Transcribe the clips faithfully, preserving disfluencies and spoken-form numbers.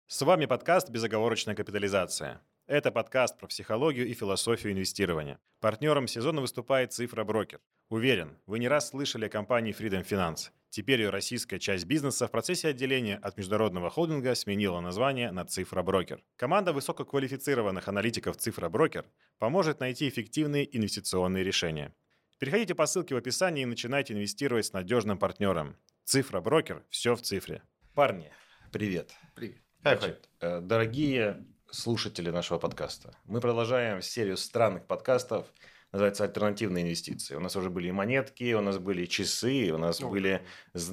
С вами подкаст «Безоговорочная капитализация». Это подкаст про психологию и философию инвестирования. Партнером сезона выступает «Цифра Брокер». Уверен, вы не раз слышали о компании Freedom Finance. Теперь ее российская часть бизнеса в процессе отделения от международного холдинга сменила название на «Цифра Брокер». Команда высококвалифицированных аналитиков «Цифра Брокер» поможет найти эффективные инвестиционные решения. Переходите по ссылке в описании и начинайте инвестировать с надежным партнером. «Цифра Брокер» – все в цифре. Парни, привет. Привет. Значит, э, дорогие слушатели нашего подкаста, мы продолжаем серию странных подкастов, называется «Альтернативные инвестиции». У нас уже были и монетки, у нас были и часы, у нас Ой. были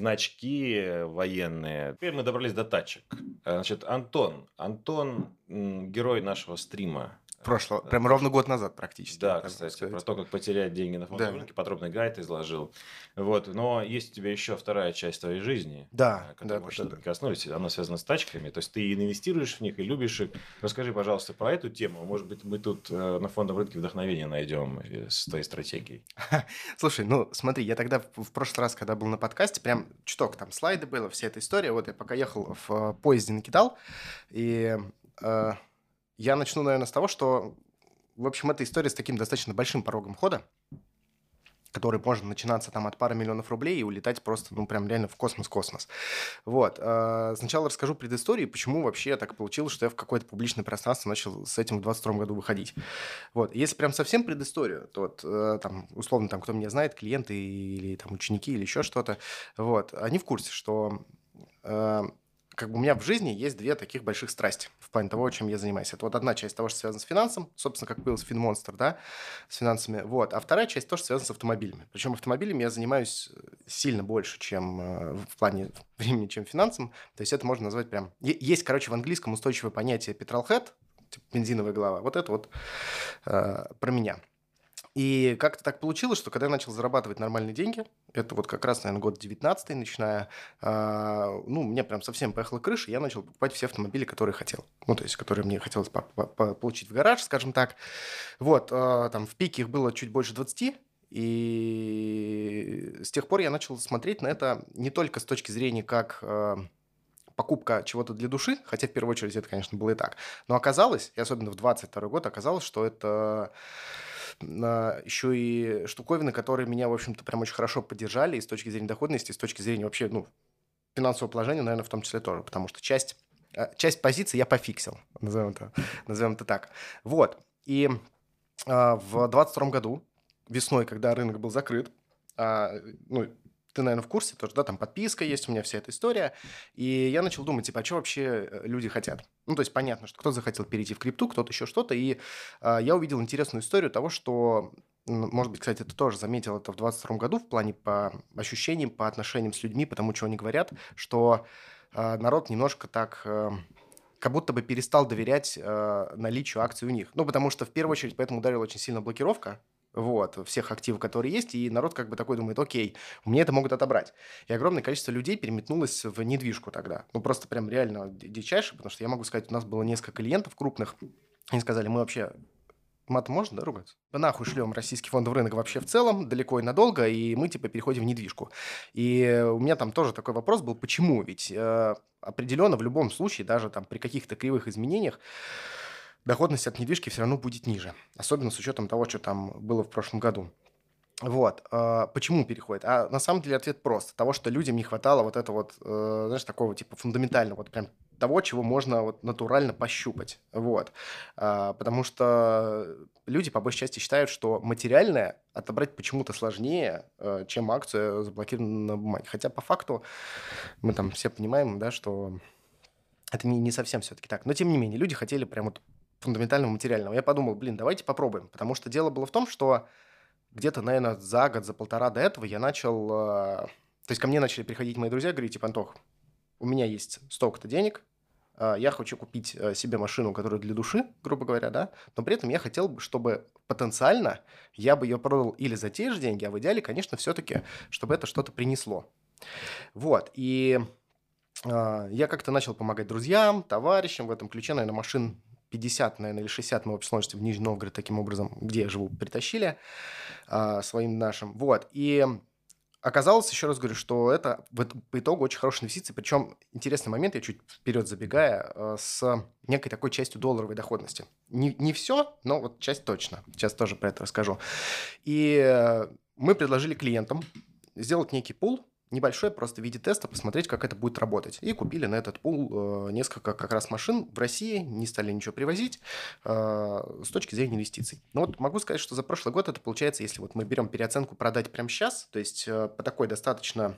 значки военные. Теперь мы добрались до тачек. Э, Значит, Антон, Антон, м, герой нашего стрима. Прошло, Э, прям прош- ровно год назад практически. Да, можно кстати, сказать. про то, как потерять деньги на фондовом Да. рынке, подробный гайд изложил. Вот. Но есть у тебя еще вторая часть твоей жизни, Да, э, которую да, мы да, еще да, да. не коснулись. Она связана с тачками. То есть ты инвестируешь в них и любишь их. Расскажи, пожалуйста, про эту тему. Может быть, мы тут э, на фондовом рынке вдохновение найдем э, с твоей стратегией. Слушай, ну смотри, я тогда в в прошлый раз, когда был на подкасте, прям чуток там слайды было, вся эта история. Вот я пока ехал в э, поезде накидал, и э, я начну, наверное, с того, что, в общем, эта история с таким достаточно большим порогом входа, который может начинаться там от пары миллионов рублей и улетать просто, ну, прям реально в космос-космос. Вот. э, Сначала расскажу предысторию, почему вообще так получилось, что я в какое-то публичное пространство начал с этим в двадцать втором году выходить. Вот. Если прям совсем предысторию, то вот, э, там, условно, там, кто меня знает, клиенты или там ученики или еще что-то, вот, они в курсе, что э, как бы у меня в жизни есть две таких больших страсти в плане того, чем я занимаюсь. Это вот одна часть того, что связано с финансом, собственно, как появился Финмонстр, да, с финансами, вот. А вторая часть то, что связано с автомобилями. Причем автомобилями я занимаюсь э, сильно больше, чем э, в плане времени, чем финансом. То есть это можно назвать прям... Е- Есть, короче, в английском устойчивое понятие petrolhead, типа бензиновая голова. Вот это вот э, про меня. И как-то так получилось, что когда я начал зарабатывать нормальные деньги, это вот как раз, наверное, год девятнадцатый, начиная, а, ну, мне прям совсем поехала крыша, я начал покупать все автомобили, которые хотел. Ну, то есть, которые мне хотелось по- по- по- получить в гараж, скажем так. Вот, а, там в пике их было чуть больше двадцати, и с тех пор я начал смотреть на это не только с точки зрения как а, покупка чего-то для души, хотя в первую очередь это, конечно, было и так. Но оказалось, и особенно в двадцать второй год, оказалось, что это а, еще и штуковины, которые меня, в общем-то, прям очень хорошо поддержали и с точки зрения доходности, и с точки зрения вообще, ну, финансового положения, наверное, в том числе тоже, потому что часть, а, часть позиций я пофиксил, назовем это, назовем это так. Вот. И а, в двадцать втором году, весной, когда рынок был закрыт, а, ну, ты, наверное, в курсе тоже, да, там подписка есть, у меня вся эта история. И я начал думать, типа, а что вообще э, люди хотят? Ну, то есть понятно, что кто-то захотел перейти в крипту, кто-то еще что-то. И а, я увидел интересную историю того, что, м, может быть, кстати, ты тоже заметил это в двадцать втором году в плане по ощущениям, по отношениям с людьми, потому что они говорят, что а, народ немножко так... э, как будто бы перестал доверять э, наличию акций у них. Ну, потому что в первую очередь поэтому ударила очень сильно блокировка вот, всех активов, которые есть, и народ как бы такой думает, окей, у меня это могут отобрать. И огромное количество людей переметнулось в недвижку тогда. Ну, просто прям реально ди- дичайше, потому что я могу сказать, у нас было несколько клиентов крупных, они сказали, мы вообще матом можно, да, ругаться? Мы нахуй шлем российский фондовый рынок вообще в целом, далеко и надолго, и мы, типа, переходим в недвижку. И у меня там тоже такой вопрос был, почему? Ведь э, определенно в любом случае, даже там при каких-то кривых изменениях, доходность от недвижки все равно будет ниже. Особенно с учетом того, что там было в прошлом году. Вот. а, Почему переходит? А на самом деле ответ прост. Того, что людям не хватало вот этого вот, э, знаешь, такого типа фундаментального, вот прям того, чего можно вот натурально пощупать. Вот. А, Потому что люди по большей части считают, что материальное отобрать почему-то сложнее, э, чем акцию заблокированную на бумаге. Хотя по факту мы там все понимаем, да, что это не, не совсем все-таки так. Но тем не менее, люди хотели прям вот фундаментального материального. Я подумал, блин, давайте попробуем. Потому что дело было в том, что где-то, наверное, за год, за полтора до этого я начал... э, То есть ко мне начали приходить мои друзья, говорить, типа, Антох, у меня есть столько-то денег, э, я хочу купить э, себе машину, которая для души, грубо говоря, да, но при этом я хотел бы, чтобы потенциально я бы ее продал или за те же деньги, а в идеале, конечно, все-таки, чтобы это что-то принесло. Вот, и э, я как-то начал помогать друзьям, товарищам в этом ключе, наверное, машин пятьдесят, наверное, или шестьдесят мы в общей сложности в Нижний Новгород таким образом, где я живу, притащили а, своим нашим. Вот. И оказалось, еще раз говорю, что это по итогу очень хорошая инвестиция. Причем интересный момент, я чуть вперед забегая, с некой такой частью долларовой доходности. Не, не все, но вот часть точно. Сейчас тоже про это расскажу. И мы предложили клиентам сделать некий пул, небольшой, просто в виде теста, посмотреть, как это будет работать. И купили на этот пул э, несколько как раз машин в России, не стали ничего привозить э, с точки зрения инвестиций. Но вот могу сказать, что за прошлый год это получается, если вот мы берем переоценку продать прямо сейчас, то есть э, по такой достаточно,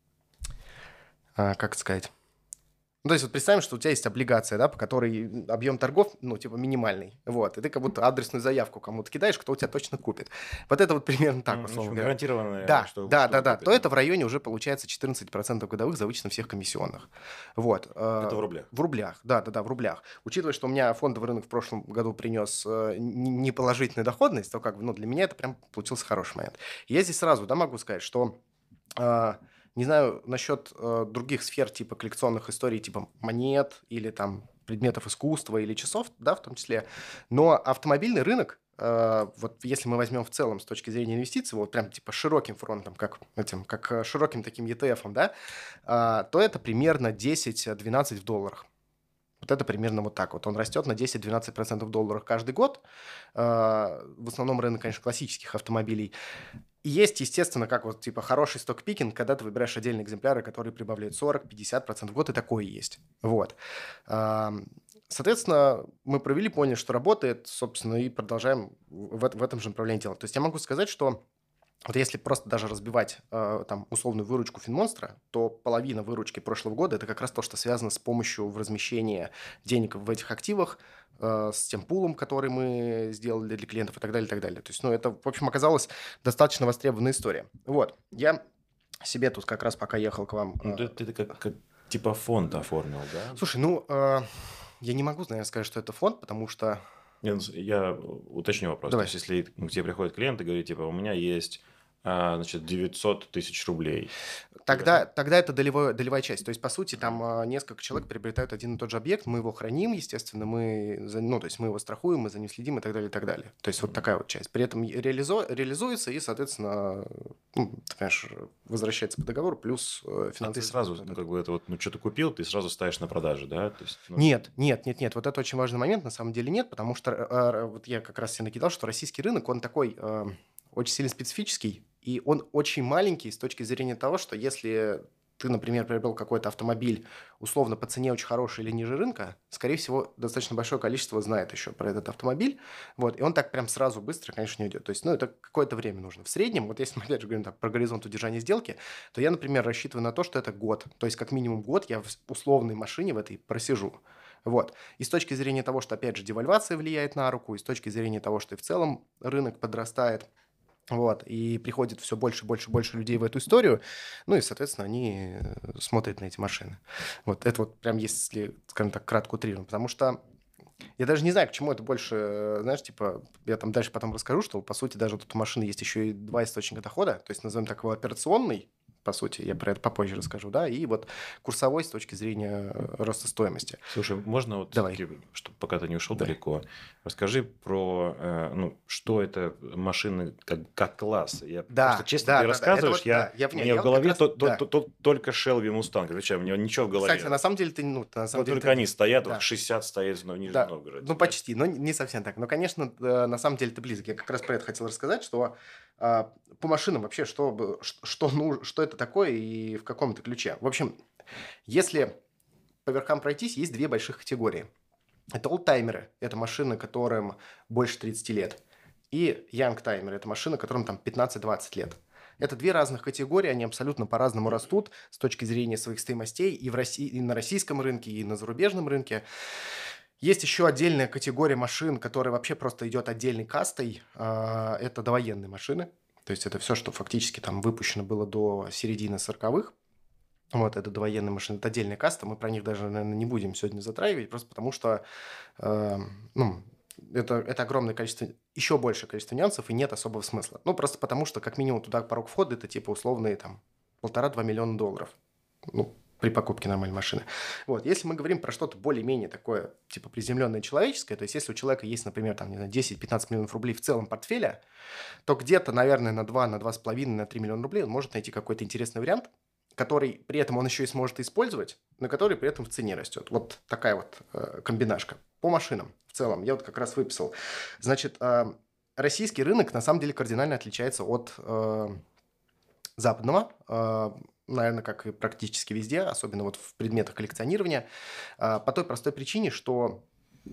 э, как сказать... Ну, то есть вот представим, что у тебя есть облигация, да, по которой объем торгов, ну, типа минимальный, вот, и ты как будто адресную заявку кому-то кидаешь, кто у тебя точно купит. Вот это вот примерно так, Ну, условно ну, говоря. гарантированное, Да, что, да, что да, да, купит, то это в районе уже получается четырнадцать процентов годовых за вычетом всех комиссионных. Вот. Это в рублях? В рублях, да, да, да, в рублях. Учитывая, что у меня фондовый рынок в прошлом году принес неположительную доходность, то как бы, ну, для меня это прям получился хороший момент. И я здесь сразу, да, могу сказать, что... Не знаю насчет э, других сфер, типа коллекционных историй, типа монет или там предметов искусства или часов, да, в том числе. Но автомобильный рынок, э, вот если мы возьмем в целом с точки зрения инвестиций, вот прям типа широким фронтом, как этим, как широким таким и ти эф, да, э, то это примерно десять-двенадцать в долларах. Вот это примерно вот так вот. Он растет на десять-двенадцать процентов в долларах каждый год. Э, в основном рынок, конечно, классических автомобилей. И есть, естественно, как вот типа хороший сток-пикинг, когда ты выбираешь отдельные экземпляры, которые прибавляют сорок-пятьдесят процентов в год, и такое есть. Вот. Соответственно, мы провели, поняли, что работает, собственно, и продолжаем в, в этом же направлении делать. То есть я могу сказать, что вот если просто даже разбивать э, там условную выручку Финмонстра, то половина выручки прошлого года – это как раз то, что связано с помощью в размещении денег в этих активах, э, с тем пулом, который мы сделали для клиентов и так далее, и так далее. То есть, ну, это, в общем, оказалась достаточно востребованная история. Вот. Я себе тут как раз пока ехал к вам… Ну, ты, ты как, как типа фонд оформил, да? Слушай, ну, э, я не могу, наверное, сказать, что это фонд, потому что… Я, я уточню вопрос. Давай. То есть, если к тебе приходит клиент и говорит, типа, у меня есть... А, значит, девятьсот тысяч рублей. Тогда, тогда это долевое, долевая часть. То есть, по сути, там а, несколько человек приобретают один и тот же объект, мы его храним, естественно, мы, за, ну, то есть мы его страхуем, мы за ним следим и так далее, и так далее. То есть, вот такая вот часть. При этом реализу, реализуется и, соответственно, ну, ты понимаешь, возвращается по договору, плюс э, финансовый... А ты сразу, ну, как бы это вот, ну, что-то купил, ты сразу ставишь на продажу, да? То есть, ну... Нет, нет, нет, нет. Вот это очень важный момент, на самом деле нет, потому что э, вот я как раз себе накидал, что российский рынок, он такой э, очень сильно специфический, и он очень маленький с точки зрения того, что если ты, например, приобрел какой-то автомобиль условно по цене очень хорошей или ниже рынка, скорее всего, достаточно большое количество знает еще про этот автомобиль. Вот, и он так прям сразу быстро, конечно, не уйдет. То есть, ну, это какое-то время нужно. В среднем, вот если мы опять же говорим так, про горизонт удержания сделки, то я, например, рассчитываю на то, что это год. То есть, как минимум год я в условной машине в этой просижу. Вот. И с точки зрения того, что, опять же, девальвация влияет на руку, и с точки зрения того, что и в целом рынок подрастает, вот, и приходит все больше, больше, больше людей в эту историю, ну и, соответственно, они смотрят на эти машины. Вот это вот прям если, скажем так, кратко утрированно, потому что я даже не знаю, к чему это больше, знаешь, типа, я там дальше потом расскажу, что, по сути, даже вот у машины есть еще и два источника дохода, то есть, назовем так его операционный, по сути, я про это попозже расскажу, да, и вот курсовой с точки зрения роста стоимости. Слушай, можно вот, Давай. чтобы пока ты не ушел Да. далеко, расскажи про, э, ну, что это машины как, как класс. Я Да, просто, честно, да, ты да, да. рассказываешь, Это вот, я, да, я в- мне я в вот голове как то- раз- то- да. то- то- только Shelby Mustang. Отвечаю, у меня ничего в голове. Кстати, на самом деле ты, ну, на самом Вот деле только ты- они стоят, да. вот шестьдесят стоит в Нижнем Да, Новгороде. ну да? почти, но не совсем так. Но, конечно, э, на самом деле ты близок. Я как раз про это хотел рассказать, что а, по машинам вообще, что, бы- ш- что, ну, что это такое и в каком-то ключе. В общем, если по верхам пройтись, есть две больших категории. Это олдтаймеры, это машины, которым больше тридцати лет. И янгтаймеры, это машины, которым там пятнадцать-двадцать лет. Это две разных категории, они абсолютно по-разному растут с точки зрения своих стоимостей и, в России, и на российском рынке, и на зарубежном рынке. Есть еще отдельная категория машин, которая вообще просто идет отдельной кастой. А, Это довоенные машины. То есть это все, что фактически там выпущено было до середины сороковых. Вот, это довоенные машины, это отдельная каста. Мы про них даже, наверное, не будем сегодня затрагивать, просто потому что э, ну, это, это огромное количество, еще большее количество нюансов, и нет особого смысла. Ну, просто потому что, как минимум, туда порог входа – это типа условные там полтора-два миллиона долларов. Ну, при покупке нормальной машины. Вот. Если мы говорим про что-то более-менее такое, типа приземленное человеческое, то есть если у человека есть, например, там, не знаю, десять-пятнадцать миллионов рублей в целом портфеля, то где-то, наверное, на два, на два с половиной, на три миллиона рублей он может найти какой-то интересный вариант, который при этом он еще и сможет использовать, но который при этом в цене растет. Вот такая вот э, комбинашка. По машинам в целом. Я вот как раз выписал. Значит, э, российский рынок на самом деле кардинально отличается от э, западного. Э, наверное, как и практически везде, особенно вот в предметах коллекционирования. Э, по той простой причине, что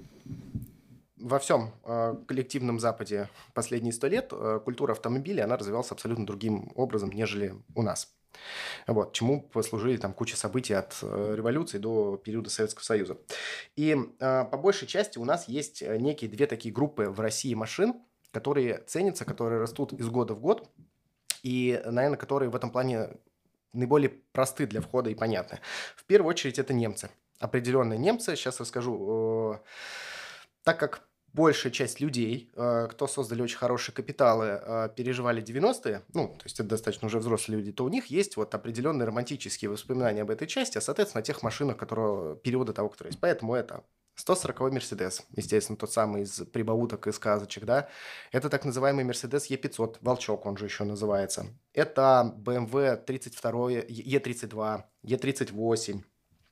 во всем э, коллективном Западе последние сто лет э, культура автомобиля, она развивалась абсолютно другим образом, нежели у нас. Вот, чему послужили там куча событий от э, революции до периода Советского Союза. И э, по большей части у нас есть э, некие две такие группы в России машин, которые ценятся, которые растут из года в год, и, наверное, которые в этом плане наиболее просты для входа и понятны. В первую очередь это немцы. Определенные немцы, сейчас расскажу, э, так как большая часть людей, э, кто создали очень хорошие капиталы, э, переживали девяностые, ну, то есть это достаточно уже взрослые люди, то у них есть вот определенные романтические воспоминания об этой части, а, соответственно, о тех машинах, которые, периода того, который есть. Поэтому это сто сороковой Мерседес, естественно, тот самый из прибауток и сказочек, да. Это так называемый Мерседес Е пятьсот, Волчок он же еще называется. Это бэ эм вэ тридцать два, Е тридцать два, Е тридцать восемь,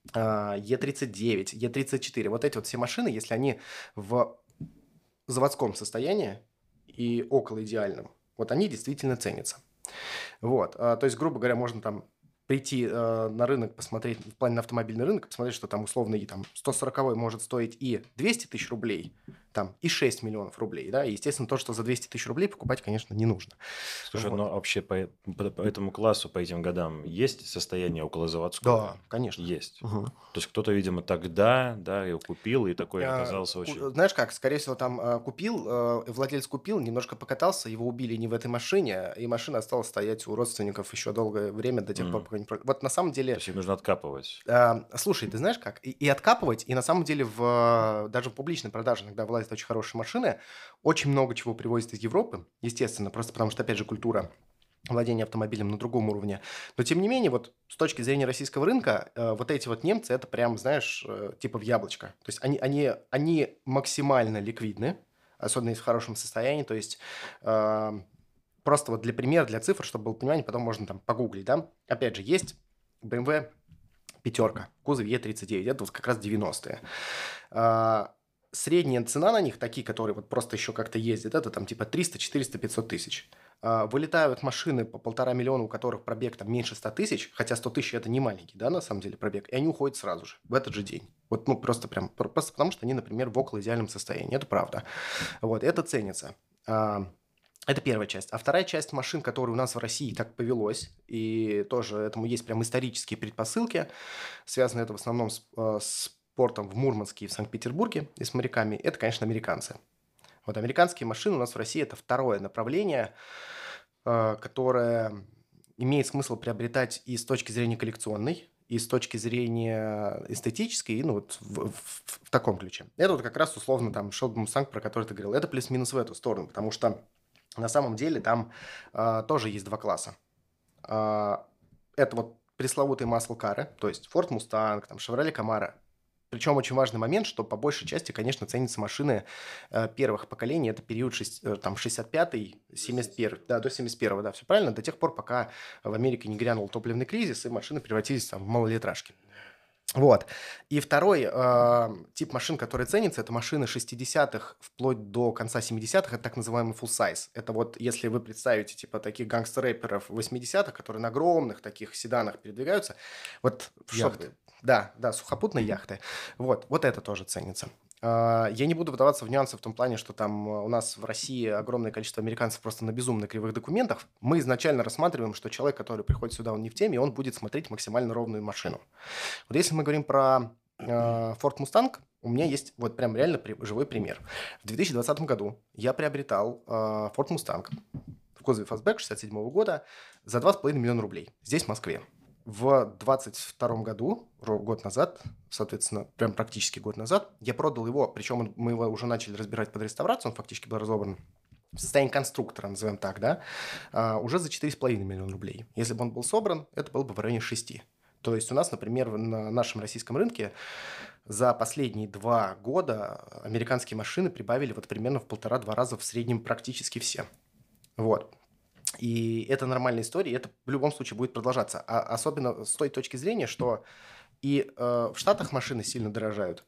Е тридцать девять, Е тридцать четыре. Вот эти вот все машины, если они в заводском состоянии и около идеальном, вот они действительно ценятся. Вот, а, то есть, грубо говоря, можно там прийти э, на рынок, посмотреть, в плане на автомобильный рынок, посмотреть, что там условно и там сто сороковой может стоить и двести тысяч рублей, там, и шесть миллионов рублей, да, и, естественно, то, что за двести тысяч рублей покупать, конечно, не нужно. Слушай, Вот. но вообще по, по, по этому классу, по этим годам есть состояние околозаводского? Да, конечно. Есть. Угу. То есть кто-то, видимо, тогда, да, его купил, и такой А, оказался ку- очень... Знаешь как, скорее всего, там а, купил, а, владелец купил, немножко покатался, его убили не в этой машине, и машина осталась стоять у родственников еще долгое время, до тех пор, М. пока не... про- Вот на самом То деле... есть их нужно откапывать. А, слушай, ты знаешь как? И, и откапывать, и на самом деле в, даже в публичной продаже иногда вылазят очень хорошие машины. Очень много чего привозят из Европы, естественно, просто потому что, опять же, культура владения автомобилем на другом уровне. Но, тем не менее, вот с точки зрения российского рынка, э, вот эти вот немцы, это прям, знаешь, э, типа в яблочко. То есть они, они, они максимально ликвидны, особенно если в хорошем состоянии. То есть... э, Просто вот для примера, для цифр, чтобы было понимание, потом можно там погуглить, да. Опять же, есть бэ эм вэ пятерка, кузов Е тридцать девять, это вот как раз девяностые. А, средняя цена на них, такие, которые вот просто еще как-то ездят, это там типа триста, четыреста, пятьсот тысяч. А, вылетают машины по полтора миллиона, у которых пробег там меньше ста тысяч, хотя сто тысяч это не маленький, да, на самом деле пробег, и они уходят сразу же, в этот же день. Вот, ну, просто прям, просто потому что они, например, в около идеальном состоянии, это правда. Вот, это ценится. А, это первая часть. А вторая часть машин, которые у нас в России так повелось, и тоже этому есть прям исторические предпосылки, связано это в основном с, э, с портом в Мурманске и в Санкт-Петербурге и с моряками, это, конечно, американцы. Вот американские машины у нас в России – это второе направление, э, которое имеет смысл приобретать и с точки зрения коллекционной, и с точки зрения эстетической, и ну вот в, в- в таком ключе. Это вот как раз условно там Shelby Mustang, про который ты говорил, это плюс-минус в эту сторону, потому что на самом деле там а, тоже есть два класса. А, это вот пресловутые маслкары, то есть Ford Mustang, там, Chevrolet Camaro. Причем очень важный момент, что по большей части, конечно, ценятся машины э, первых поколений. Это период шесть- э, там, шестьдесят пятый, семьдесят первый, да, до семьдесят первого, да, все правильно, до тех пор, пока в Америке не грянул топливный кризис, и машины превратились там, в малолитражки. Вот. И второй э, тип машин, который ценится, это машины шестидесятых вплоть до конца семидесятых, это так называемый full size. Это вот если вы представите типа таких гангстер-рэперов восьмидесятых, которые на огромных таких седанах передвигаются, вот Яхты. чтобы... Да, да, сухопутные яхты. Вот, вот это тоже ценится. А, Я не буду вдаваться в нюансы в том плане, что там э, у нас в России огромное количество американцев просто на безумно кривых документах. Мы изначально рассматриваем, что человек, который приходит сюда, он не в теме, и он будет смотреть максимально ровную машину. Вот если мы говорим про э, Ford Mustang, у меня есть вот прям реально при- живой пример. В две тысячи двадцатом году я приобретал э, Ford Mustang в кузове фастбэк шестьдесят седьмого года за два с половиной миллиона рублей здесь, в Москве. В двадцать втором году, ровно год назад, соответственно, прям практически год назад, я продал его, причем он- мы его уже начали разбирать под реставрацию, он фактически был разобран в состоянии конструктора, назовем так, да, а, уже за четыре с половиной миллиона рублей. Если бы он был собран, это было бы в районе шести. То есть у нас, например, на нашем российском рынке за последние два года американские машины прибавили вот примерно в полтора-два раза в среднем практически все. Вот. И это нормальная история, и это в любом случае будет продолжаться. А особенно с той точки зрения, что и э, в Штатах машины сильно дорожают,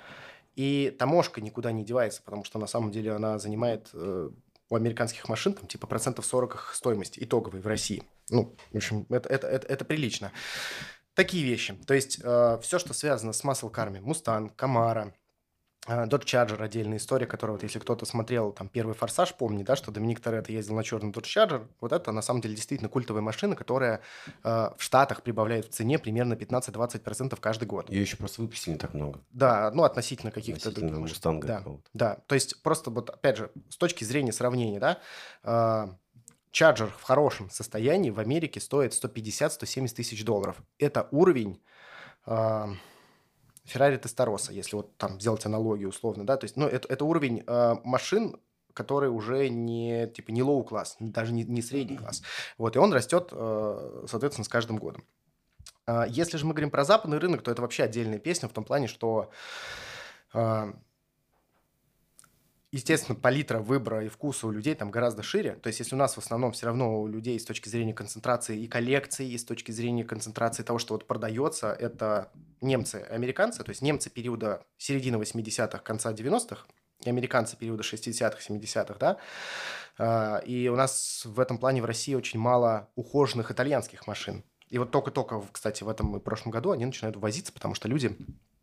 и таможка никуда не девается, потому что на самом деле она занимает э, у американских машин там, типа процентов сорок их стоимости итоговой в России. Ну, в общем, это, это, это, это прилично. Такие вещи. То есть э, все, что связано с маслкарами, Mustang, Camaro, э, Dodge Charger, отдельная история, которая, вот если кто-то смотрел там первый «Форсаж», помнит, да, что Доминик Торетто ездил на черном Dodge Charger, вот это на самом деле действительно культовая машина, которая э, в Штатах прибавляет в цене примерно пятнадцать-двадцать процентов каждый год. Ее еще просто выпустили не так много. Да, ну относительно каких-то Относительно других машин. «Мустанга» Да, какого-то. да, то есть просто вот опять же с точки зрения сравнения, да, э, Charger в хорошем состоянии в Америке стоит сто пятьдесят - сто семьдесят тысяч долларов. Это уровень э, Ferrari Testarossa, если вот там сделать аналогию условно, да, то есть, ну, это, это уровень э, машин, которые уже не, типа, не low-класс, даже не, не средний класс. Вот, и он растет, э, соответственно, с каждым годом. Э, если же мы говорим про западный рынок, то это вообще отдельная песня в том плане, что... Э, Естественно, палитра выбора и вкуса у людей там гораздо шире. То есть, если у нас в основном все равно у людей с точки зрения концентрации и коллекции, и с точки зрения концентрации того, что вот продается, это немцы, американцы. То есть, немцы периода середины восьмидесятых, конца девяностых, и американцы периода шестидесятых, семидесятых, да. И у нас в этом плане в России очень мало ухоженных итальянских машин. И вот только-только, кстати, в этом и прошлом году они начинают ввозиться, потому что люди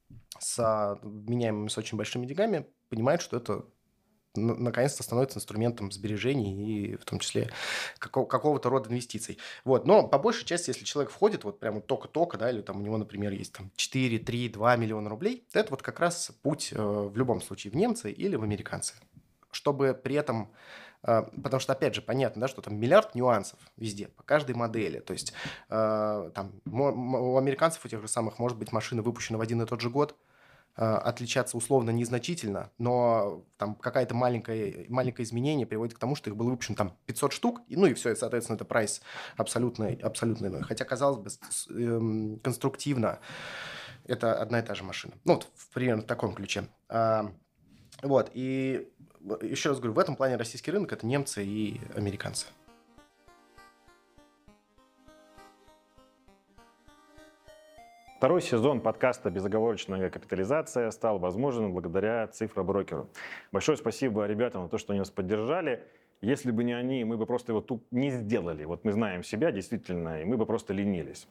с меняемыми, с очень большими деньгами понимают, что это наконец-то становится инструментом сбережений и в том числе какого- какого-то рода инвестиций. Вот. Но по большей части, если человек входит вот прямо только-только, да, или там у него, например, есть там четыре, три, два миллиона рублей, то это вот как раз путь э, в любом случае в немцы или в американцы. Чтобы при этом, э, потому что, опять же, понятно, да, что там миллиард нюансов везде, по каждой модели. То есть э, там мо- мо- у американцев у тех же самых может быть машина выпущена в один и тот же год, отличаться условно незначительно, но там какое-то маленькое, маленькое изменение приводит к тому, что их было выпущено там пятьсот штук, и, ну и все, и, соответственно, это прайс абсолютно, абсолютно иной. Хотя, казалось бы, с- эм, конструктивно это одна и та же машина. Ну, вот в примерно в таком ключе. А, вот, и еще раз говорю, в этом плане российский рынок – это немцы и американцы. Второй сезон подкаста «Безоговорочная капитализация» стал возможен благодаря цифроброкеру. Большое спасибо ребятам за то, что они нас поддержали. Если бы не они, мы бы просто его тут не сделали. Вот мы знаем себя действительно, и мы бы просто ленились.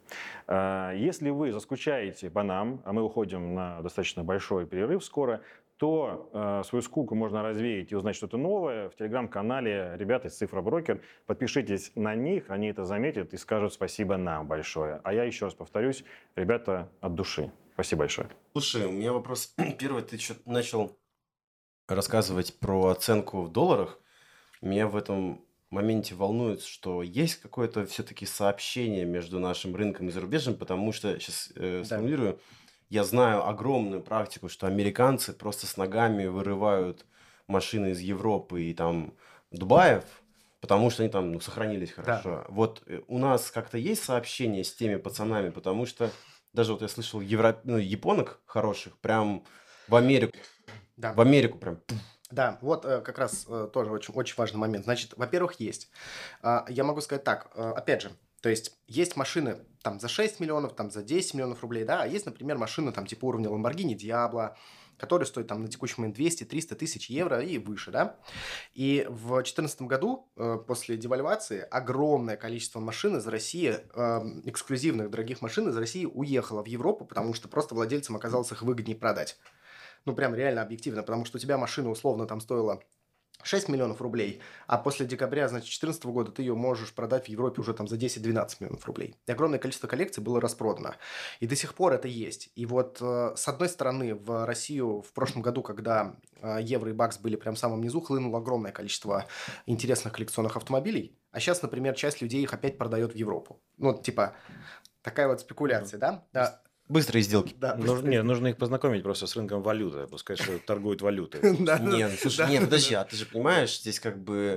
Если вы заскучаете по нам, а мы уходим на достаточно большой перерыв скоро, то э, свою скуку можно развеять и узнать что-то новое в телеграм-канале ребят из Цифроброкер. Подпишитесь на них, они это заметят и скажут спасибо нам большое. А я еще раз повторюсь, ребята от души. Спасибо большое. Слушай, у меня вопрос. Первый, ты что начал рассказывать про оценку в долларах. Меня в этом моменте волнует, что есть какое-то все-таки сообщение между нашим рынком и зарубежным, потому что, сейчас э, Да. сформулирую, я знаю огромную практику, что американцы просто с ногами вырывают машины из Европы и там Дубаев, потому что они там ну, сохранились Да. хорошо. Вот э, у нас как-то есть сообщение с теми пацанами, потому что даже вот я слышал евро... ну, японок хороших, прям в Америку, Да. в Америку прям. Да, вот э, как раз э, тоже очень, очень важный момент. Значит, во-первых, есть. А, Я могу сказать так, э, опять же, то есть есть машины там за шесть миллионов, там за десять миллионов рублей, да, а есть, например, машины там типа уровня Lamborghini Diablo, которые стоят там на текущий момент двести-триста тысяч евро и выше, да. И в две тысячи четырнадцатом году, э, после девальвации, огромное количество машин из России, э, эксклюзивных дорогих машин из России уехало в Европу, потому что просто владельцам оказалось их выгоднее продать. Ну, прям реально объективно, потому что у тебя машина условно там стоила шесть миллионов рублей, а после декабря, значит, две тысячи четырнадцатого года ты ее можешь продать в Европе уже там за десять-двенадцать миллионов рублей. И огромное количество коллекций было распродано. И до сих пор это есть. И вот э, с одной стороны в Россию в прошлом году, когда э, евро и бакс были прям в самом низу, хлынуло огромное количество интересных коллекционных автомобилей. А сейчас, например, часть людей их опять продает в Европу. Ну, типа, такая вот спекуляция, да? Да. Быстрые сделки. Да, Нужно, быстрее. нет, нужно их познакомить просто с рынком валюты, пускай что торгуют валютой. Да, Нет, ну, слушай, да, нет, да, подожди, да. а ты же понимаешь, здесь как бы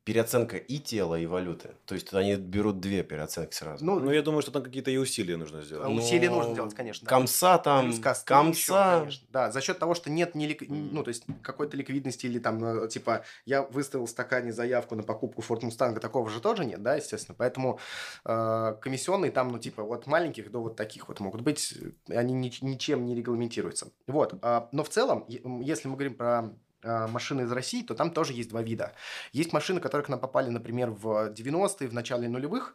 переоценка и тела, и валюты. То есть они берут две переоценки сразу. Ну, ну, я думаю, что там какие-то и усилия нужно сделать. А усилия нужно делать, конечно. Да. Комса там, Плюс косты комса. еще, конечно. Да, за счет того, что нет ни лик... ну, то есть какой-то ликвидности или там, э, типа, я выставил в стакане заявку на покупку Ford Mustang, такого же тоже нет, да, естественно. Поэтому э, комиссионные там, ну, типа, от маленьких до вот таких вот могут быть, они ни- ничем не регламентируются. Вот. А, но в целом, е- м, если мы говорим про а, машины из России, то там тоже есть два вида. Есть машины, которые к нам попали, например, в девяностые, в начале нулевых,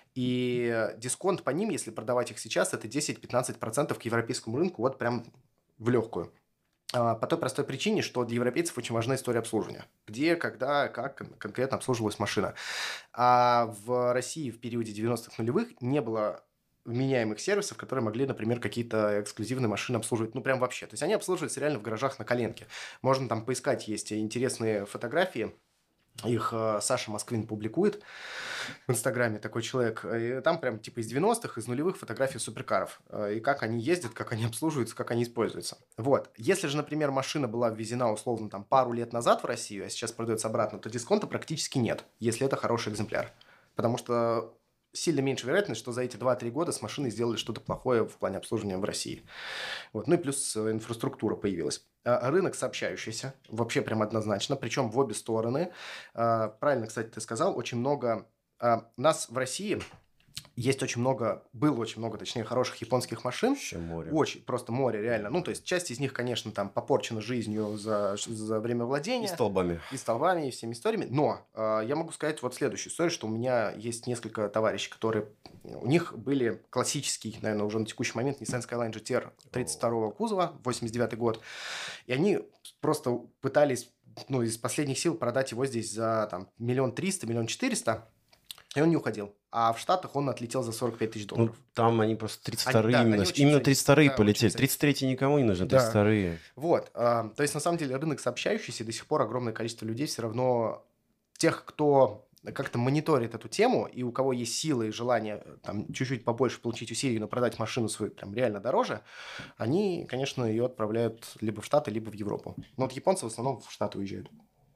и дисконт по ним, если продавать их сейчас, это десять-пятнадцать процентов к европейскому рынку, вот прям в легкую. А, По той простой причине, что для европейцев очень важна история обслуживания. Где, когда, как кон- конкретно обслуживалась машина. А в России в периоде девяностых нулевых не было вменяемых сервисов, которые могли, например, какие-то эксклюзивные машины обслуживать, ну, прям вообще. То есть они обслуживаются реально в гаражах на коленке. Можно там поискать, есть интересные фотографии, их э, Саша Москвин публикует в Инстаграме, такой человек. И там прям типа из девяностых, из нулевых фотографий суперкаров. Э, И как они ездят, как они обслуживаются, как они используются. Вот. Если же, например, машина была ввезена условно там пару лет назад в Россию, а сейчас продается обратно, то дисконта практически нет, если это хороший экземпляр. Потому что сильно меньше вероятность, что за эти два-три года с машиной сделали что-то плохое в плане обслуживания в России. Вот. Ну и плюс э, инфраструктура появилась. А рынок сообщающийся, вообще прям однозначно, причем в обе стороны. А, Правильно, кстати, ты сказал, очень много... а, У нас в России есть очень много, было очень много, точнее, хороших японских машин. Вообще море. Очень, просто море, реально. Ну, то есть, часть из них, конечно, там попорчена жизнью за, за время И владения. столбами. И столбами, и всеми историями. Но э, я могу сказать вот следующую историю, что у меня есть несколько товарищей, которые... У них были классический, наверное, уже на текущий момент Nissan Skyline джи ти ар тридцать второго кузова, восемьдесят девятый год. И они просто пытались, ну, из последних сил продать его здесь за там миллион триста, миллион четыреста, и он не уходил. А в Штатах он отлетел за сорок пять тысяч Ну, долларов. там они просто тридцать Они- вторые да, они именно. очень Именно ценятся. тридцать вторые Да, полетели. очень тридцать третьи никому не нужны, Да. тридцать вторые. Вот, а, то есть на самом деле рынок сообщающийся, и до сих пор огромное количество людей все равно, тех, кто как-то мониторит эту тему, и у кого есть силы и желание э, там чуть-чуть побольше получить усилий, но продать машину свою прям реально дороже, они, конечно, ее отправляют либо в Штаты, либо в Европу. Но вот японцы в основном в Штаты уезжают.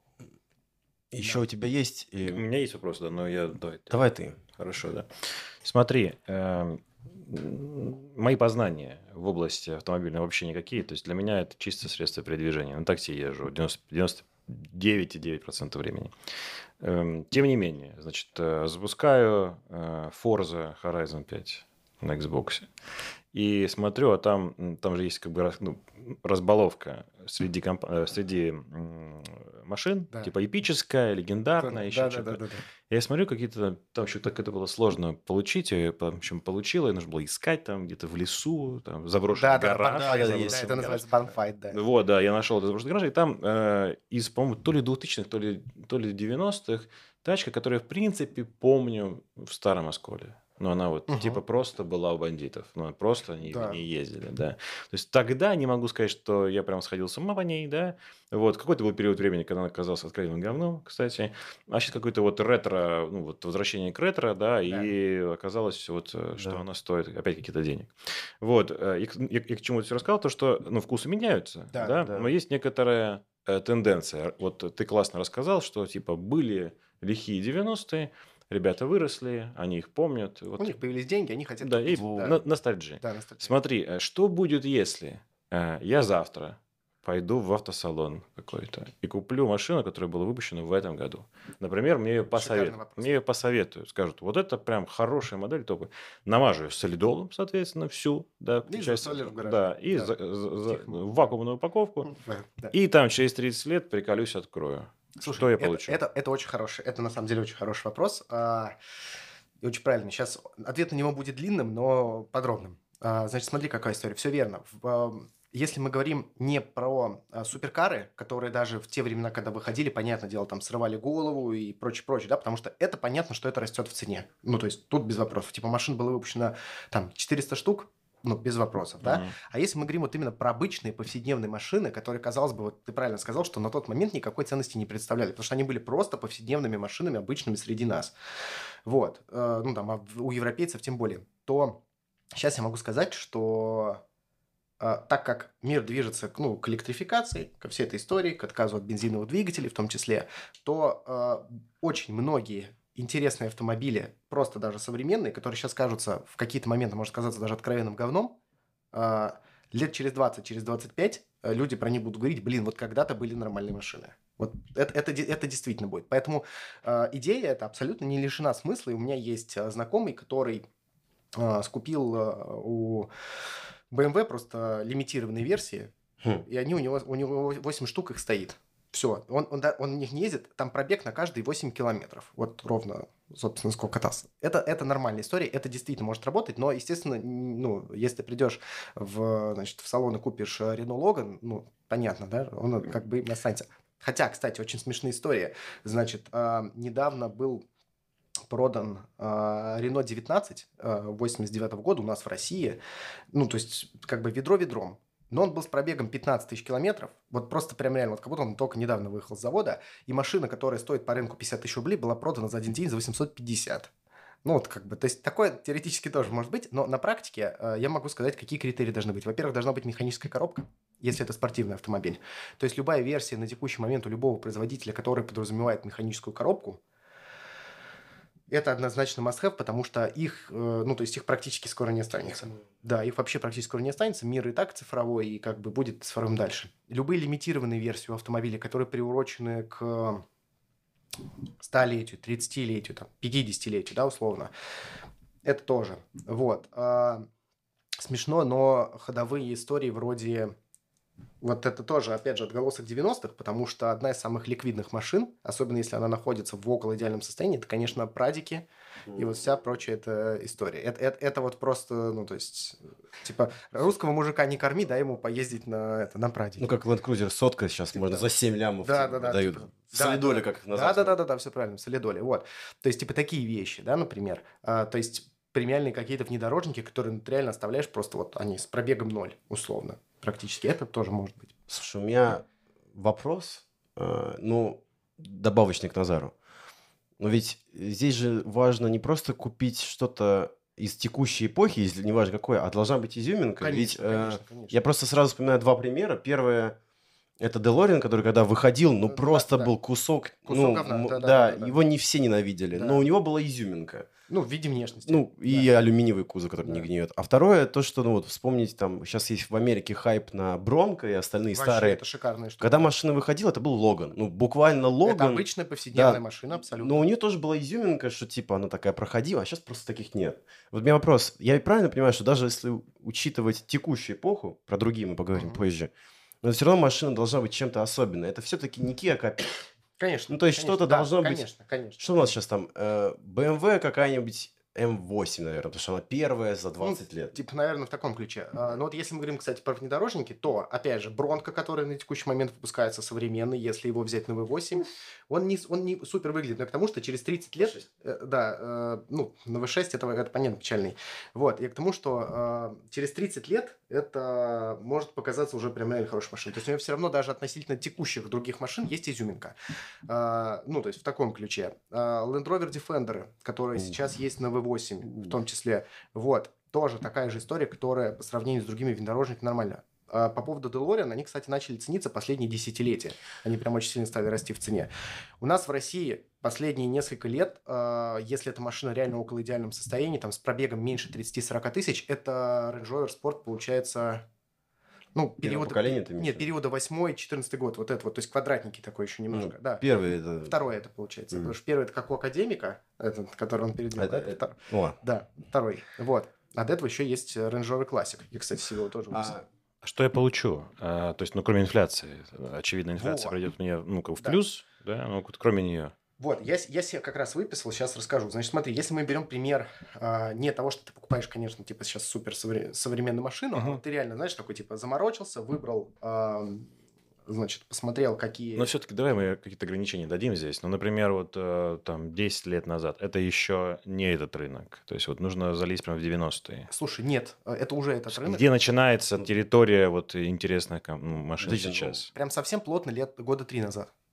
Еще у тебя есть... У э, меня есть вопрос, да, но я... Давай, ты. Давай ты. Хорошо, да. Смотри, эм, м, мои познания в области автомобильного вообще никакие. То есть для меня это чисто средство передвижения. На такси езжу девяносто девяносто девять и девять десятых процента времени. Эм, Тем не менее, значит, э, запускаю э, Forza Horizon пять на Xbox. И смотрю, а там, м, там же есть как бы раз- ну, разбаловка среди, комп- э, среди м, машин, Да. типа эпическая, легендарная, еще Да, да, что-то. да, да, да. Я смотрю, какие-то там еще так это было сложно получить. Я, в общем, получила, и нужно было искать там где-то в лесу, там заброшенный Да, да, гараж. Banfight, да, да, есть. это называется Banfight, да. Вот, да, я нашел этот заброшенный гараж, и там э, из, по-моему, то ли двухтысячных, то ли, то ли девяностых тачка, которую я, в принципе, помню в старом Осколе. Но она вот Мгм. типа просто была у бандитов. Ну, просто они Да. в ней ездили, да. То есть тогда не могу сказать, что я прям сходил с ума по ней, да. Вот, какой-то был период времени, когда она оказалась откровенным говном, кстати. А сейчас какой-то вот ретро, ну, вот возвращение к ретро, да, и оказалось вот, э, что Да. она стоит опять какие-то денег. Вот, э, и, к- и- и к чему я все рассказал, то, что, ну, вкусы меняются, Да, да, да. но есть некоторая э, тенденция. Вот ты классно рассказал, что, типа, были лихие девяностые, ребята выросли, они их помнят. Вот, У них появились деньги, они хотят да, и купить. Да. на- ностальджия. Да, ностальгия. Смотри, э, что будет, если э, я завтра пойду в автосалон какой-то и куплю машину, которая была выпущена в этом году. Например, мне ее посоветуют. вопрос. Мне ее посоветуют. Скажут, вот это прям хорошая модель, топовая. Намажу ее солидолом, соответственно, всю. Да, И часть- засолишь в гараже. да, и Да. за- за- за- Тихо. в вакуумную упаковку. Да. И там через тридцать лет приколюсь, открою. Слушай, что я это, получу? Это, это очень хороший, это на самом деле очень хороший вопрос. а, И очень правильный. Сейчас ответ на него будет длинным, но подробным. А, Значит, смотри, какая история. Все верно. В, а, Если мы говорим не про а, суперкары, которые даже в те времена, когда выходили, понятное дело, там срывали голову и прочее, прочее, да, потому что это понятно, что это растет в цене. Ну, то есть тут без вопросов. Типа машин было выпущено там четыреста штук, ну, без вопросов, да. Мгм. А если мы говорим вот именно про обычные повседневные машины, которые, казалось бы, вот ты правильно сказал, что на тот момент никакой ценности не представляли, потому что они были просто повседневными машинами, обычными среди нас. Вот. Э, Ну, там, а в- у европейцев тем более. То сейчас я могу сказать, что э, так как мир движется ну, к электрификации, ко всей этой истории, к отказу от бензиновых двигателей в том числе, то э, очень многие интересные автомобили, просто даже современные, которые сейчас кажутся в какие-то моменты, может казаться даже откровенным говном, э, лет через двадцать, через двадцать пять э, люди про них будут говорить, блин, вот когда-то были нормальные машины. Вот это, это, де- это действительно будет. Поэтому э, идея эта абсолютно не лишена смысла. И у меня есть э, знакомый, который э, скупил э, у бэ эм вэ просто лимитированные версии, Хм. и они у него, у него восемь штук их стоит. Все, он, он, да- он на них не ездит, там пробег на каждые восемь километров. Вот ровно, собственно, сколько катался. Это, это нормальная история, это действительно может работать, но, естественно, н- ну, если ты придешь в, значит, в салон и купишь э, Renault Logan, ну, понятно, да, он как бы им не останется. Хотя, кстати, очень смешная история. Значит, а, недавно был продан а, Renault девятнадцать а, восемьдесят девятого года у нас в России. Ну, то есть, как бы ведро ведром. Но он был с пробегом пятнадцать тысяч километров. Вот просто прям реально, вот как будто он только недавно выехал с завода. И машина, которая стоит по рынку пятьдесят тысяч рублей, была продана за один день за восемьсот пятьдесят. Ну, вот как бы, то есть такое теоретически тоже может быть, но на практике э, я могу сказать, какие критерии должны быть. Во-первых, должна быть механическая коробка, если это спортивный автомобиль. То есть любая версия на текущий момент у любого производителя, который подразумевает механическую коробку, это однозначно must-have, потому что их, э, ну, то есть их практически скоро не останется. Да, их вообще практически скоро не останется. Мир и так цифровой, и как бы будет цифровым дальше. Любые лимитированные версии у автомобилей, которые приурочены к столетию, тридцатилетию, там, пятидесятилетию, да, условно, это тоже. Вот. А, смешно, но ходовые истории вроде... Вот это тоже, опять же, отголосок девяностых, потому что одна из самых ликвидных машин, особенно если она находится в около идеальном состоянии, это, конечно, прадики и вот вся прочая эта история. Это, это, это вот просто, ну, то есть, типа, русского мужика не корми, дай ему поездить на, это, на прадике. Ну, как Land Cruiser сотка сейчас Типа, можно да. за семь лямов Да, типа, да, да, дают. типа, В да, солидоле, да. как на Да, да, завтра. да, да, да, все правильно, в солидоле, вот. То есть, типа, такие вещи, да, например. А, то есть, премиальные какие-то внедорожники, которые ты реально оставляешь просто вот они с пробегом ноль, условно, практически. Это тоже может быть. Слушай, у меня вопрос, э, ну, добавочный к Назару. Но ведь здесь же важно не просто купить что-то из текущей эпохи, если не важно какое, а должна быть изюминка. Ведь Конечно, э, конечно, конечно. я просто сразу вспоминаю два примера. Первое это DeLorean, который когда выходил, ну Да, просто да. был кусок, Кусок ну говна, м- да, да, да, да, да, да. его не все ненавидели, Да. но у него была изюминка. Ну, в виде внешности. Ну, и Да. алюминиевый кузов, который не Да. гниет. А второе, то, что, ну вот, вспомнить, там, сейчас есть в Америке хайп на Бронко и остальные Вообще, старые. это шикарная штука. Когда машина выходила, это был Логан. Ну, буквально Логан. Это обычная повседневная да, машина, абсолютно. Но у нее тоже была изюминка, что, типа, она такая проходила, а сейчас просто таких нет. Вот у меня вопрос. Я правильно понимаю, что даже если учитывать текущую эпоху, про другие мы поговорим Мгм. позже, но все равно машина должна быть чем-то особенной. Это все-таки не Kia K. Конечно. Ну, то есть конечно, что-то да, должно быть... Конечно, конечно. Что у нас сейчас там? Э, бэ эм вэ какая-нибудь эм восемь, наверное, потому что она первая за двадцать лет. Типа, наверное, в таком ключе. А, Но вот если мы говорим, кстати, про внедорожники, то, опять же, Бронко, который на текущий момент выпускается современный, если его взять на вэ восемь, он не, он не супер выглядит, но к тому, что через тридцать лет, э, да, э, ну, на вэ шесть это, это понятно, печальный. Вот, и к тому, что э, через тридцать лет это может показаться уже прям реально хорошей машиной. То есть у него все равно даже относительно текущих других машин есть изюминка. А, ну, то есть в таком ключе. А, Land Rover Defender, которые Ух. сейчас есть на вэ восемь, в том числе, вот, тоже такая же история, которая по сравнению с другими внедорожниками нормально. А по поводу DeLorean, они, кстати, начали цениться последние десятилетия. Они прям очень сильно стали расти в цене. У нас в России последние несколько лет, э, если эта машина реально около идеальном состоянии, там с пробегом меньше тридцать-сорок тысяч, это Range Rover Sport получается... Ну, периода, поколение ты имеешь в нет, виду? периода восьмой-четырнадцатый год, вот это вот, то есть квадратники такой еще немножко, Ну, да. Первый это... Второй это получается, Мгм. потому что первый это как у академика, этот, который он переделал, Это- это это- втор- О. да, второй, вот. А до этого еще есть Range Rover Classic, я, кстати, себе его тоже выписал. А, Что я получу? А, то есть, ну, кроме инфляции, очевидно, инфляция Вот. пройдет мне, ну, как в Да. плюс, да, ну, вот кроме нее. Вот, я, с- я себе как раз выписал, сейчас расскажу. Значит, смотри, если мы берем пример а, не того, что ты покупаешь, конечно, типа сейчас супер совре- современную машину, а Мгм. вот ты реально, знаешь, такой, типа, заморочился, выбрал, а, значит, посмотрел, какие... Но все-таки давай мы какие-то ограничения дадим здесь. Ну, например, вот э, там десять лет назад это еще не этот рынок. То есть вот нужно залезть прямо в девяностые. Слушай, нет, э, это уже этот рынок. Где начинается территория вот интересных ком- ну, машин Подожди, ну, сейчас? Прям совсем плотно лет года три назад.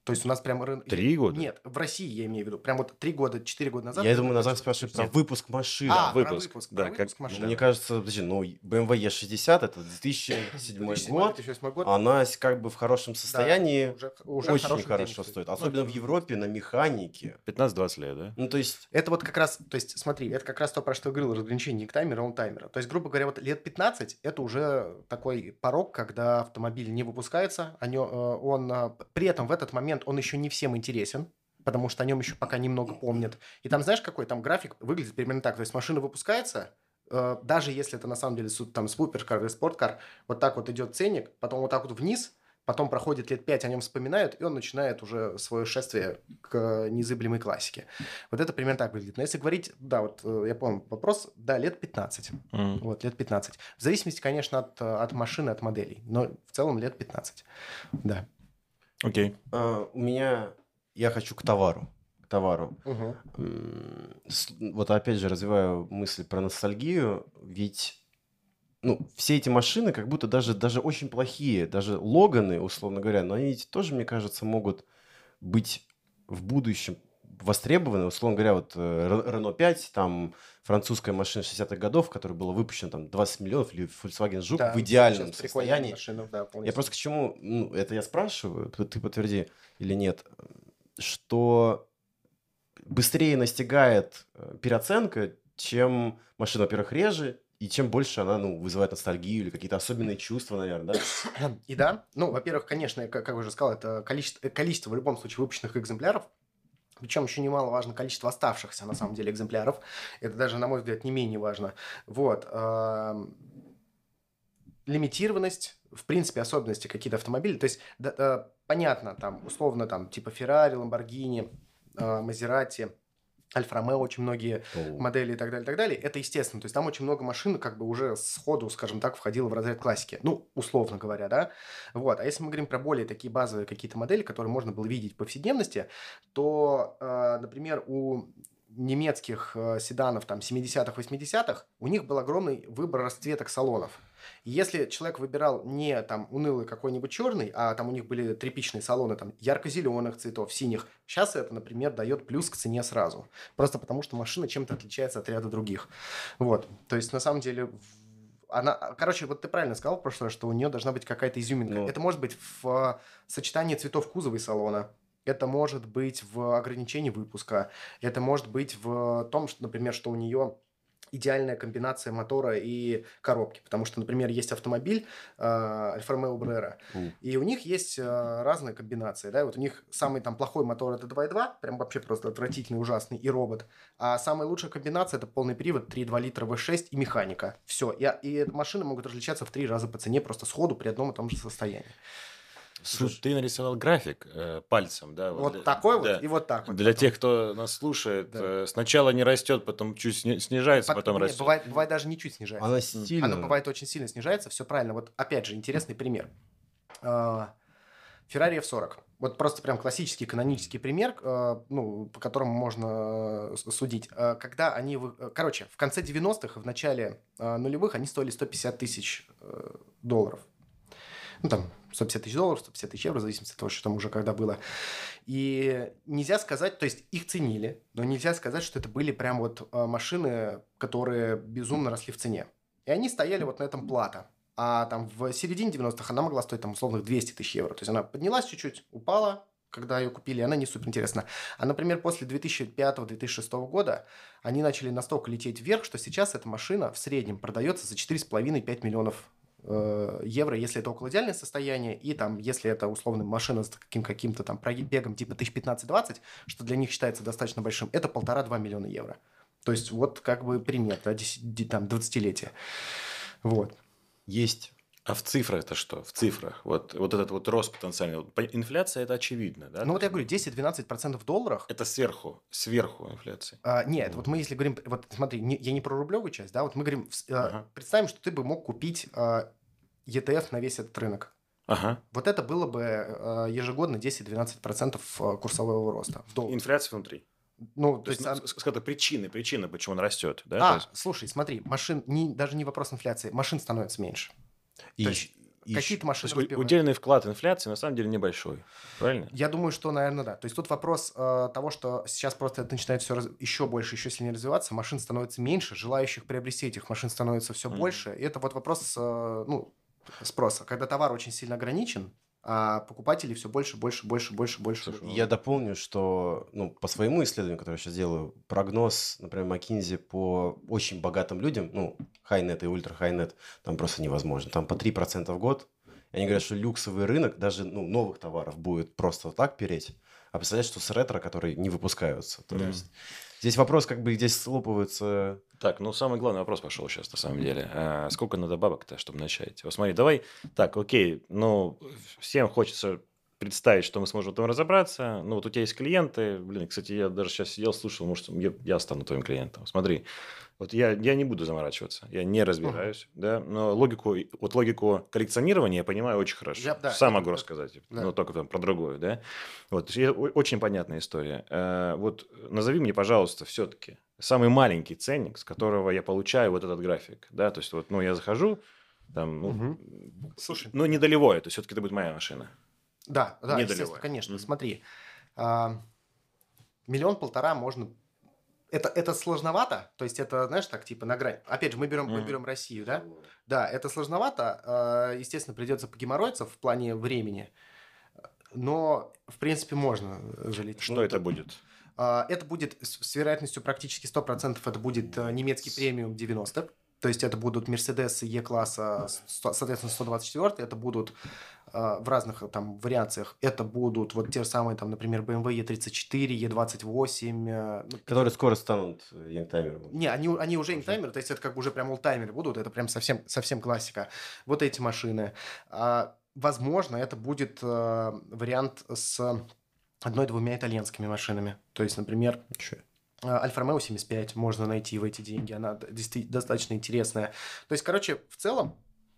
То есть у нас прям... рын- Три года? Нет, в России я имею в виду. Прям вот три года, четыре года назад. Я рынок думаю, назад начал спрашивают про расти. выпуск машины. А, про выпуск, выпуск, да, про как- выпуск Ну, машины. мне кажется, подожди, ну, бэ эм вэ и шестьдесят это две тысячи седьмой две тысячи седьмой, год, две тысячи восьмой год. она с- как бы в хорошем состоянии, уже, уже очень хороших хорошо денег стоит. Ну, Особенно в Европе на механике. пятнадцать-двадцать лет, да? Ну, то есть, Это вот как раз, то есть смотри, это как раз то, про что я говорил, разграничение таймера, он таймера. То есть, грубо говоря, вот лет пятнадцать это уже такой порог, когда автомобиль не выпускается, о нё- э, он, э, при этом в этот момент он еще не всем интересен, потому что о нем еще пока немного помнят. И там, знаешь, какой там график выглядит примерно так. То есть машина выпускается, э, даже если это на самом деле су- там суперкар или спорткар, вот так вот идет ценник, потом вот так вот вниз, потом проходит лет пять, о нем вспоминают, и он начинает уже свое шествие к э, незыблемой классике. Вот это примерно так выглядит. Но если говорить, да, вот э, я помню вопрос, да, лет пятнадцать. М. Вот, лет пятнадцать. В зависимости, конечно, от, э, от машины, от моделей. Но в целом лет пятнадцать. Да. Окей. а, у меня, я хочу к товару. К товару. Мгм. М, с- Вот опять же развиваю мысль про ностальгию, ведь ну, все эти машины как будто даже, даже очень плохие, даже Логаны, условно говоря, но они ведь тоже, мне кажется, могут быть в будущем востребованы. Условно говоря, вот э, Ре- Рено пять, там французская машина шестидесятых годов, которая была выпущена там двадцать миллионов, или Volkswagen Жук Да, в идеальном сейчас прикольная состоянии. машина, да, вполне Я себе. просто к чему, ну, это я спрашиваю, п- ты подтверди или нет, что быстрее настигает э, переоценка, чем машина, во-первых, реже, и чем больше она, ну, вызывает ностальгию или какие-то особенные чувства, наверное, да? И да, ну, во-первых, конечно, как, как я уже сказал, это количество, э, количество в любом случае выпущенных экземпляров, причем еще немаловажно количество оставшихся, на самом деле, экземпляров. Это даже, на мой взгляд, не менее важно. Вот. ам, Лимитированность, в принципе, особенности какие-то автомобиля. То есть, да, э, понятно, там, условно, там, типа Феррари, Ламборгини, Мазерати, Альфа-Ромео, очень многие О. модели и так далее, и так далее. Это естественно. То есть там очень много машин как бы уже сходу, скажем так, входило в разряд классики. Ну, условно говоря, да. Вот. А если мы говорим про более такие базовые какие-то модели, которые можно было видеть в повседневности, то, э, например, у немецких э, седанов там семидесятых, восьмидесятых у них был огромный выбор расцветок салонов. И если человек выбирал не там унылый какой-нибудь черный, а там у них были тряпичные салоны там ярко-зеленых цветов, синих, сейчас это, например, дает плюс к цене сразу. Просто потому, что машина чем-то отличается от ряда других. Вот. То есть, на самом деле, в- она... Короче, вот ты правильно сказал в прошлый раз, что у нее должна быть какая-то изюминка. Ну. Это может быть в э, сочетании цветов кузова и салона. Это может быть в ограничении выпуска. Это может быть в том, что, например, что у нее идеальная комбинация мотора и коробки. Потому что, например, есть автомобиль э, Альфа Ромео Брера, У. и у них есть э, разные комбинации. Да? Вот у них самый там плохой мотор это два и два, прям вообще просто отвратительный, ужасный, и робот. А самая лучшая комбинация это полный привод, три и два литра вэ шесть и механика. Все. И, и эти машины могут различаться в три раза по цене просто сходу при одном и том же состоянии. Слушай, ты нарисовал график э, пальцем, да? Вот для- такой да. вот и вот так вот. Для потом. тех, кто нас слушает, Да. э, сначала не растет, потом чуть сни- снижается, Под- потом нет, растет. бывает, бывает даже не чуть снижается. Она стильная. Оно бывает очень сильно снижается, все правильно. Вот опять же, интересный пример. А, Ferrari эф сорок. Вот просто прям классический канонический пример, э, ну, по которому можно э, с- судить. Э, Когда они... вы- э, Короче, в конце девяностых и в начале э, нулевых они стоили сто пятьдесят тысяч э, долларов. Ну, там, сто пятьдесят тысяч долларов, сто пятьдесят тысяч евро, в зависимости от того, что там уже когда было. И нельзя сказать, то есть их ценили, но нельзя сказать, что это были прям вот э, машины, которые безумно росли в цене. И они стояли вот на этом плато. А там в середине девяностых она могла стоить там условных двести тысяч евро. То есть она поднялась чуть-чуть, упала, когда ее купили, и она не супер интересна. А, например, после две тысячи пятого - две тысячи шестого года они начали настолько лететь вверх, что сейчас эта машина в среднем продается за четыре с половиной - пять миллионов э, евро, если это около идеальное состояние, и там, если это условно машина с каким- каким-то там пробегом типа тысяч пятнадцать-двадцать, что для них считается достаточно большим, это полтора-два миллиона евро. То есть вот как бы пример, да, деся- де- там, двадцатилетия. Вот. Есть. А в цифрах это что? В цифрах. Вот, вот этот вот рост потенциальный. Вот по- Инфляция это очевидно, да? Ну вот То я есть говорю, десять-двенадцать процентов в долларах. Это сверху, сверху инфляции. А, нет, вот мы если говорим, вот смотри, не- я не про рублевую часть, да, вот мы говорим, в с- э, Ага. представим, что ты бы мог купить э, и ти эф на весь этот рынок. Ага. Вот это было бы э, ежегодно десять-двенадцать процентов э, курсового роста в долларах. Инфляция внутри. Ну, То то есть, есть... ну, он- с- с- это причины, причины, почему он растет, да? А, То есть- слушай, смотри, машин, не, даже не вопрос инфляции, машин становится меньше. И То ещё- какие-то машины То есть разбивают. удельный вклад инфляции на самом деле небольшой, правильно? Я думаю, что, наверное, да. То есть тут вопрос э, того, что сейчас просто это начинает все раз... еще больше, еще сильнее развиваться, машин становится меньше, желающих приобрести этих машин становится все Мгм. больше. И это вот вопрос э, ну, спроса. Когда товар очень сильно ограничен, а покупателей все больше, больше, больше, больше, больше. Слушай, Я дополню, что ну, по своему исследованию, которое я сейчас делаю, прогноз, например, McKinsey по очень богатым людям, ну, high-net и ультра-high-net, там просто невозможно. Там по три процента в год. И они говорят, что люксовый рынок даже ну, новых товаров будет просто вот так переть. А представляешь, что с ретро, которые не выпускаются. То Да. есть здесь вопрос, как бы здесь слопываются... Так, ну самый главный вопрос пошел сейчас на самом деле. А сколько надо бабок-то, чтобы начать? Вот смотри, давай, так, окей, ну всем хочется представить, что мы сможем в этом разобраться. Ну вот у тебя есть клиенты, блин, кстати, я даже сейчас сидел, слушал, может, я, я стану твоим клиентом. Смотри, вот я, я не буду заморачиваться, я не разбираюсь, да, но логику, вот логику коллекционирования я понимаю очень хорошо. Я- да, Сам это- могу это- рассказать, да. но только там про другое, да. Вот, то есть я- о- очень понятная история. Э, Вот назови мне, пожалуйста, все-таки самый маленький ценник, с которого я получаю вот этот график, да, то есть вот, ну, я захожу, там, ну, Мгм. Слушай. ну, не долевое, то есть все-таки это будет моя машина. Да, да, Не естественно, долевая. конечно. Мгм. Смотри, а, миллион-полтора можно... Это, это сложновато, то есть это, знаешь, так, типа на грани. Опять же, мы берем, мы Мгм. берем Россию, да? Да, это сложновато, а, естественно, придется погеморроиться в плане времени, но, в принципе, можно залететь. Что Ну, это будет? а, Это будет с с вероятностью практически сто процентов это будет э, немецкий премиум девяносто. То есть это будут Мерседесы Е-класса, сто- соответственно, сто двадцать четыре. Это будут э, в разных э, там вариациях. Это будут вот те же самые, там, например, бэ эм вэ Е тридцать четыре, Е двадцать восемь. э, ну, Которые скоро станут э, янгтаймером. не, они, у- они уже интаймеры, то есть это как бы уже прям олдтаймеры будут, это прям совсем, совсем классика. Вот эти машины. А, возможно, это будет э, вариант с одной-двумя итальянскими машинами. То есть, например, Чё? а, Альфа Ромео семьдесят пять можно найти в эти деньги, она д- действи- достаточно интересная. То есть, короче, в целом,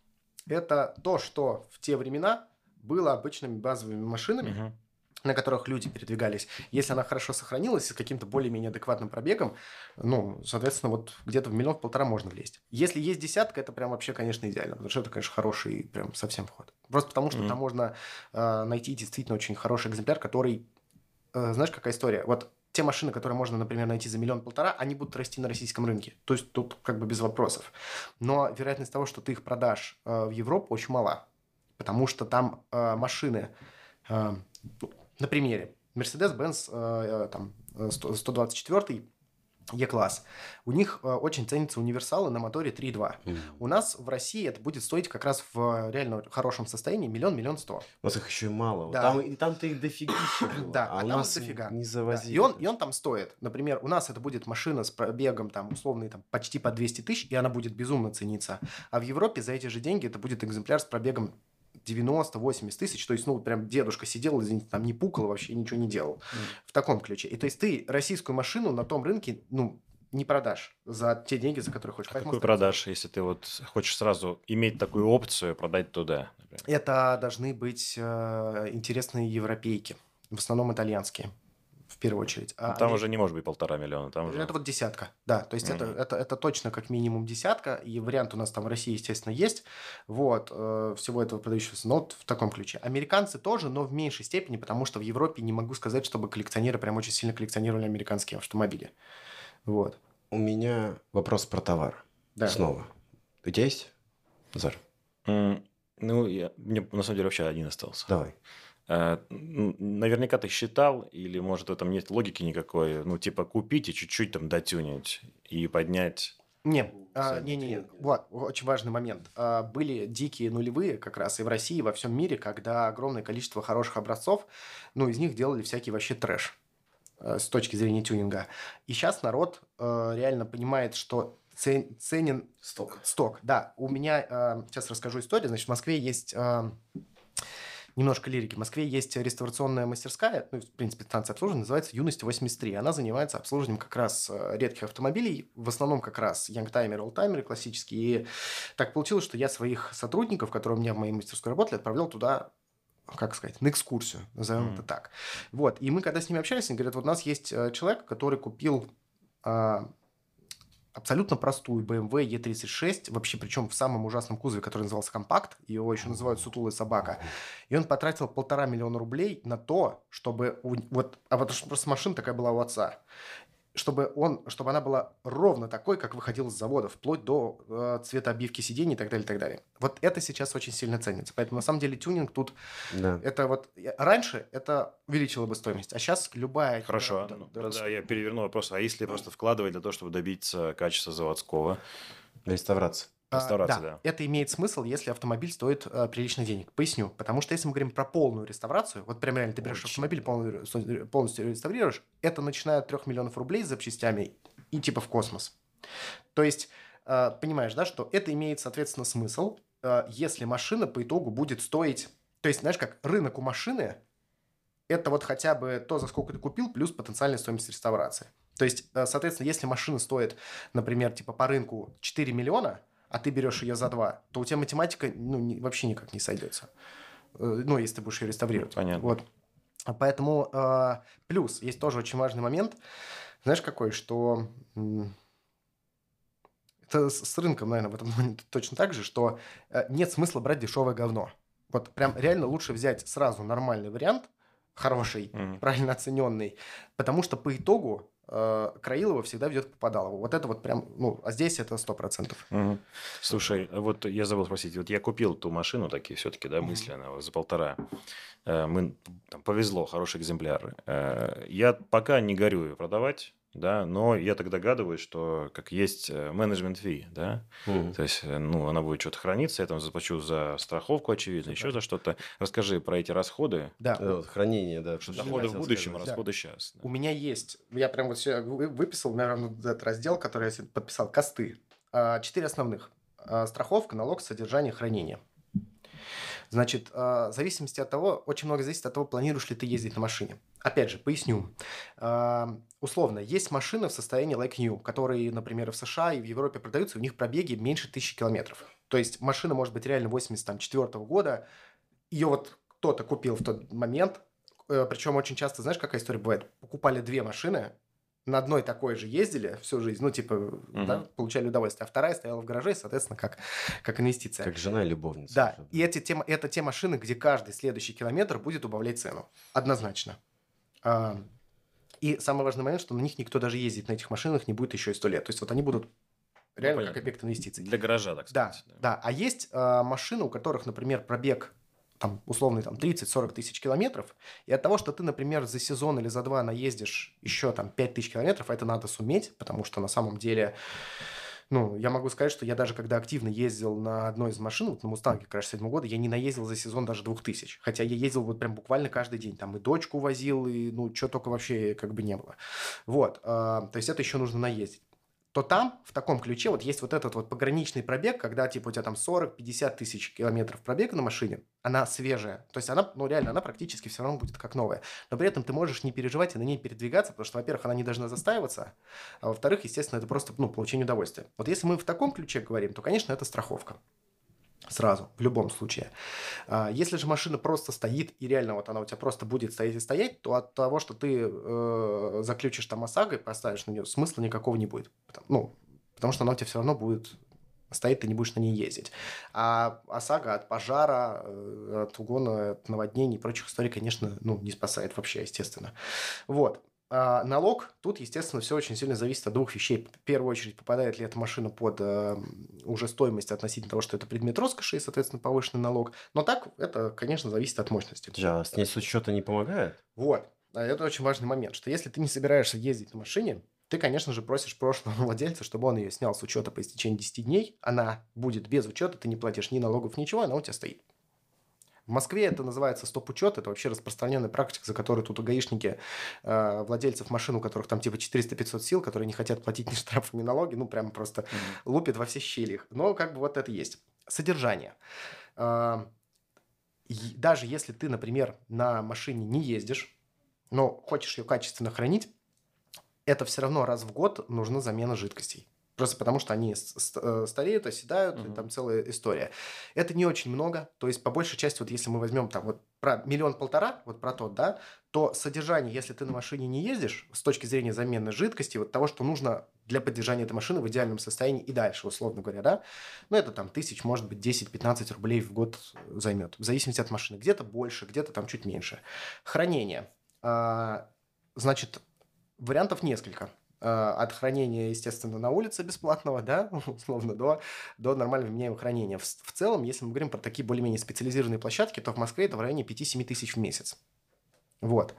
это то, что в те времена было обычными базовыми машинами, Мгм. на которых люди передвигались. Если она хорошо сохранилась и с каким-то более-менее адекватным пробегом, ну, соответственно, вот где-то в миллион-полтора можно влезть. Если есть десятка, это прям вообще, конечно, идеально, потому что это, конечно, хороший прям совсем вход. Просто потому, что Мгм. там можно э, найти действительно очень хороший экземпляр, который, э, знаешь, какая история? Вот те машины, которые можно, например, найти за миллион-полтора, они будут расти на российском рынке. То есть тут как бы без вопросов. Но вероятность того, что ты их продашь э, в Европу, очень мала. Потому что там э, машины... э, на примере. Mercedes-Benz э, э, там, э, сто сто двадцать четыре Е-класс. У них э, очень ценятся универсалы на моторе три и два. У нас в России это будет стоить как раз в реально хорошем состоянии миллион, миллион сто. У нас их еще и мало. Вот Да. Там, и там-то их дофигища было. Да, а, а у там нас дофига. не Да. завозили. И, он, то и он есть. там стоит. Например, у нас это будет машина с пробегом там условный там, почти по двести тысяч, и она будет безумно цениться. А в Европе за эти же деньги это будет экземпляр с пробегом девяносто-восемьдесят тысяч, то есть, ну, прям дедушка сидел, извините, там не пукал вообще, ничего не делал. В таком ключе. И то есть ты российскую машину на том рынке, ну, не продашь за те деньги, за которые хочешь. А Поэтому какой старайся. продаж, если ты вот хочешь сразу иметь такую опцию продать туда? например? Это должны быть э, интересные европейки, в основном итальянские, в первую очередь. А Ну, там они- уже не может быть полтора миллиона, там уже... Это вот десятка, да. То есть это, Мгм. это, это точно как минимум десятка. И вариант у нас там в России, естественно, есть. Вот. э, всего этого продающегося. Но вот в таком ключе. Американцы тоже, но в меньшей степени, потому что в Европе не могу сказать, чтобы коллекционеры прям очень сильно коллекционировали американские автомобили. Вот. У меня вопрос про товар. Да. Снова. У тебя есть, Назар? М, Ну, я, мне на самом деле вообще один остался. Давай. Э, м, Наверняка ты считал, или может в этом нет логики никакой, ну, типа купить и чуть-чуть там дотюнить и поднять. Не, а, Цены. не, не, не. Вот, очень важный момент. А, были дикие нулевые как раз и в России, и во всем мире, когда огромное количество хороших образцов, ну, из них делали всякий вообще трэш э, с точки зрения тюнинга. И сейчас народ э, реально понимает, что цен- ценен Сток. сток. Да, у меня, э, сейчас расскажу историю, значит, в Москве есть... э, Немножко лирики. В Москве есть реставрационная мастерская, ну, в принципе, станция обслуживания, называется «Юность восемьдесят три». Она занимается обслуживанием как раз э, редких автомобилей, в основном как раз янгтаймеры, олдтаймеры классические. И так получилось, что я своих сотрудников, которые у меня в моей мастерской работали, отправлял туда, как сказать, на экскурсию, назовем Мгм. это так. Вот. И мы, когда с ними общались, они говорят, вот у нас есть э, человек, который купил а, абсолютно простую бэ эм вэ и тридцать шесть, вообще причем в самом ужасном кузове, который назывался «Компакт», его еще называют «Сутулая собака», и он потратил полтора миллиона рублей на то, чтобы... у- Вот, а вот просто машина такая была у отца. Чтобы, он, чтобы она была ровно такой, как выходила с завода, вплоть до э, цвета обивки сидений и так далее, и так далее. Вот это сейчас очень сильно ценится. Поэтому на самом деле тюнинг тут... Да. Это вот... э, Раньше это увеличило бы стоимость, а сейчас любая... Хорошо, да, ну, да, тогда я переверну вопрос. А если просто вкладывать для того, чтобы добиться качества заводского? Реставрация. А, Реставрация, да, да. это имеет смысл, если автомобиль стоит а, прилично денег. Поясню. Потому что если мы говорим про полную реставрацию, вот прям реально ты берешь Очень. автомобиль, полную- со- полностью реставрируешь, это начиная от трех миллионов рублей с запчастями и типа в космос. То есть, а, понимаешь, да, что это имеет, соответственно, смысл, а, если машина по итогу будет стоить... То есть, знаешь, как рынок у машины, это вот хотя бы то, за сколько ты купил, плюс потенциальная стоимость реставрации. То есть, э, соответственно, если машина стоит, например, типа по рынку четыре миллиона, а ты берешь ее за два, то у тебя математика ну, не- вообще никак не сойдется. Э, Ну, если ты будешь ее реставрировать. Понятно. Вот. А Поэтому э, плюс есть тоже очень важный момент. Знаешь, какой, что м, это с с рынком, наверное, в этом плане точно так же, что э, нет смысла брать дешевое говно. Вот прям реально лучше взять сразу нормальный вариант, хороший, Мгм. правильно оцененный, потому что по итогу э, Краилова всегда ведет к Попадалову. Вот это вот прям, ну, а здесь это сто процентов. Мгм. Слушай, а вот я забыл спросить. Вот я купил ту машину такие все-таки, да, Мгм. мысленно, вот за полтора. Э, Мы, там, повезло, хороший экземпляр. Э, Я пока не горю ее продавать, да, но я так догадываюсь, что как есть менеджмент фи, да, Мгм. то есть, э, ну, она будет что-то храниться, я там заплачу за страховку, очевидно, Всё еще за что-то. Расскажи про эти расходы, Да, Э, вот хранение, да. что что доходы в хотел будущем, а сказать. Да. расходы сейчас. у меня есть, я прям вот все выписал, наверное, вот этот раздел, который я себе подписал, косты. А, Четыре основных. А, Страховка, налог, содержание, хранение. Значит, а, в зависимости от того, очень много зависит от того, планируешь ли ты ездить на машине. Опять же, поясню. А, Условно, есть машины в состоянии like new, которые, например, в США и в Европе продаются, у них пробеги меньше тысячи километров. То есть машина может быть реально восемьдесят четвёртого года, ее вот кто-то купил в тот момент, э, причем очень часто, знаешь, какая история бывает? Покупали две машины, на одной такой же ездили всю жизнь, ну, типа, да, Мгм. получали удовольствие, а вторая стояла в гараже, соответственно, как, как инвестиция. Как жена и любовница. Да, уже, и эти те, это те машины, где каждый следующий километр будет убавлять цену. Однозначно. А, И самый важный момент, что на них никто даже ездить на этих машинах не будет еще и сто лет. То есть вот они будут реально как понятно. объект инвестиций. Для гаража, так Да, сказать. да. А есть а, машины, у которых, например, пробег там, условный там, тридцать-сорок тысяч километров, и от того, что ты, например, за сезон или за два наездишь еще там пять тысяч километров, а это надо суметь, потому что на самом деле, ну, я могу сказать, что я даже когда активно ездил на одной из машин, вот на Мустанге, конечно, седьмого года, я не наездил за сезон даже двух тысяч. Хотя я ездил вот прям буквально каждый день. Там и дочку возил, и ну, что только вообще как бы не было. Вот. а, То есть это еще нужно наездить. То там, в таком ключе, вот есть вот этот вот пограничный пробег, когда типа у тебя там сорок-пятьдесят тысяч километров пробега на машине, она свежая. То есть она, ну реально, она практически все равно будет как новая. Но при этом ты можешь не переживать и на ней передвигаться, потому что, во-первых, она не должна застаиваться, а во-вторых, естественно, это просто, ну, получение удовольствия. Вот если мы в таком ключе говорим, то, конечно, это страховка. Сразу, в любом случае. А, Если же машина просто стоит, и реально вот она у тебя просто будет стоять и стоять, то от того, что ты э, заключишь там ОСАГО и поставишь на нее, смысла никакого не будет. Потому, ну, потому что она у тебя все равно будет стоит, ты не будешь на ней ездить. А ОСАГО от пожара, э, от угона, от наводнений и прочих историй, конечно, ну, не спасает вообще, естественно. Вот. А налог, тут, естественно, все очень сильно зависит от двух вещей. В первую очередь, попадает ли эта машина под э, уже стоимость относительно того, что это предмет роскоши, и, соответственно, повышенный налог. Но так, это, конечно, зависит от мощности. А снять с учета не помогает? Вот. А это очень важный момент, что если ты не собираешься ездить на машине, ты, конечно же, просишь прошлого владельца, чтобы он ее снял с учета по истечении десяти дней. Она будет без учета, ты не платишь ни налогов, ничего, она у тебя стоит. В Москве это называется стоп-учет, это вообще распространенная практика, за которой тут у гаишники, э, владельцев машин, у которых там типа четыреста-пятьсот сил, которые не хотят платить ни штрафы, ни налоги, ну прям просто Мгм. лупят во все щели их. Но как бы вот это есть. Содержание. Э, и даже если ты, например, на машине не ездишь, но хочешь ее качественно хранить, это все равно раз в год нужна замена жидкостей. Просто потому, что они с- с- э, стареют, оседают, и Мгм. там целая история. Это не очень много. То есть, по большей части, вот если мы возьмем там вот про миллион-полтора, вот про тот, да, то содержание, если ты на машине не ездишь, с точки зрения замены жидкости, вот того, что нужно для поддержания этой машины в идеальном состоянии и дальше, условно говоря, да, ну, это там тысяч, может быть, десять-пятнадцать рублей в год займет, в зависимости от машины. Где-то больше, где-то там чуть меньше. Хранение. А, Значит, вариантов несколько. А, От хранения, естественно, на улице бесплатного, да, условно, до, до нормального вменяемого хранения. В, в целом, если мы говорим про такие более-менее специализированные площадки, то в Москве это в районе пяти-семи тысяч в месяц. Вот.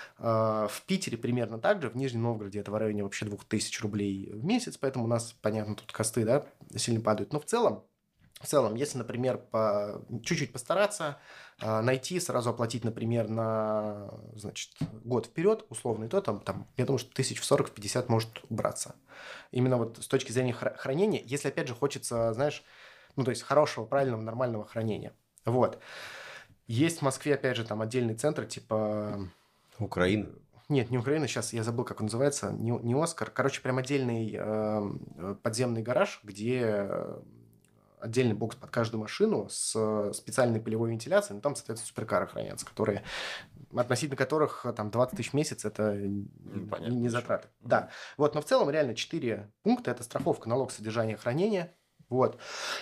А, В Питере примерно так же, в Нижнем Новгороде это в районе вообще двух тысяч рублей в месяц, поэтому у нас, понятно, тут косты, да, сильно падают. Но в целом, в целом, если, например, по, чуть-чуть постараться, а, найти, сразу оплатить, например, на, значит, год вперед, условно, и то там, там, я думаю, что тысяч в сорок-пятьдесят может убраться. Именно вот с точки зрения хра- хранения, если, опять же, хочется, знаешь, ну, то есть хорошего, правильного, нормального хранения. Вот. Есть в Москве, опять же, там отдельный центр, типа... Украина. Нет, не Украина, сейчас я забыл, как он называется, не, не Оскар. Короче, прям отдельный э, э, подземный гараж, где э, отдельный бокс под каждую машину с э, специальной пылевой вентиляцией, но там, соответственно, суперкары хранятся, которые, относительно которых э, там двадцать тысяч в месяц – это н- Понятно, не, не ничего. затраты. Да, вот, но в целом реально четыре пункта – это страховка, налог, содержание, хранение. Вот.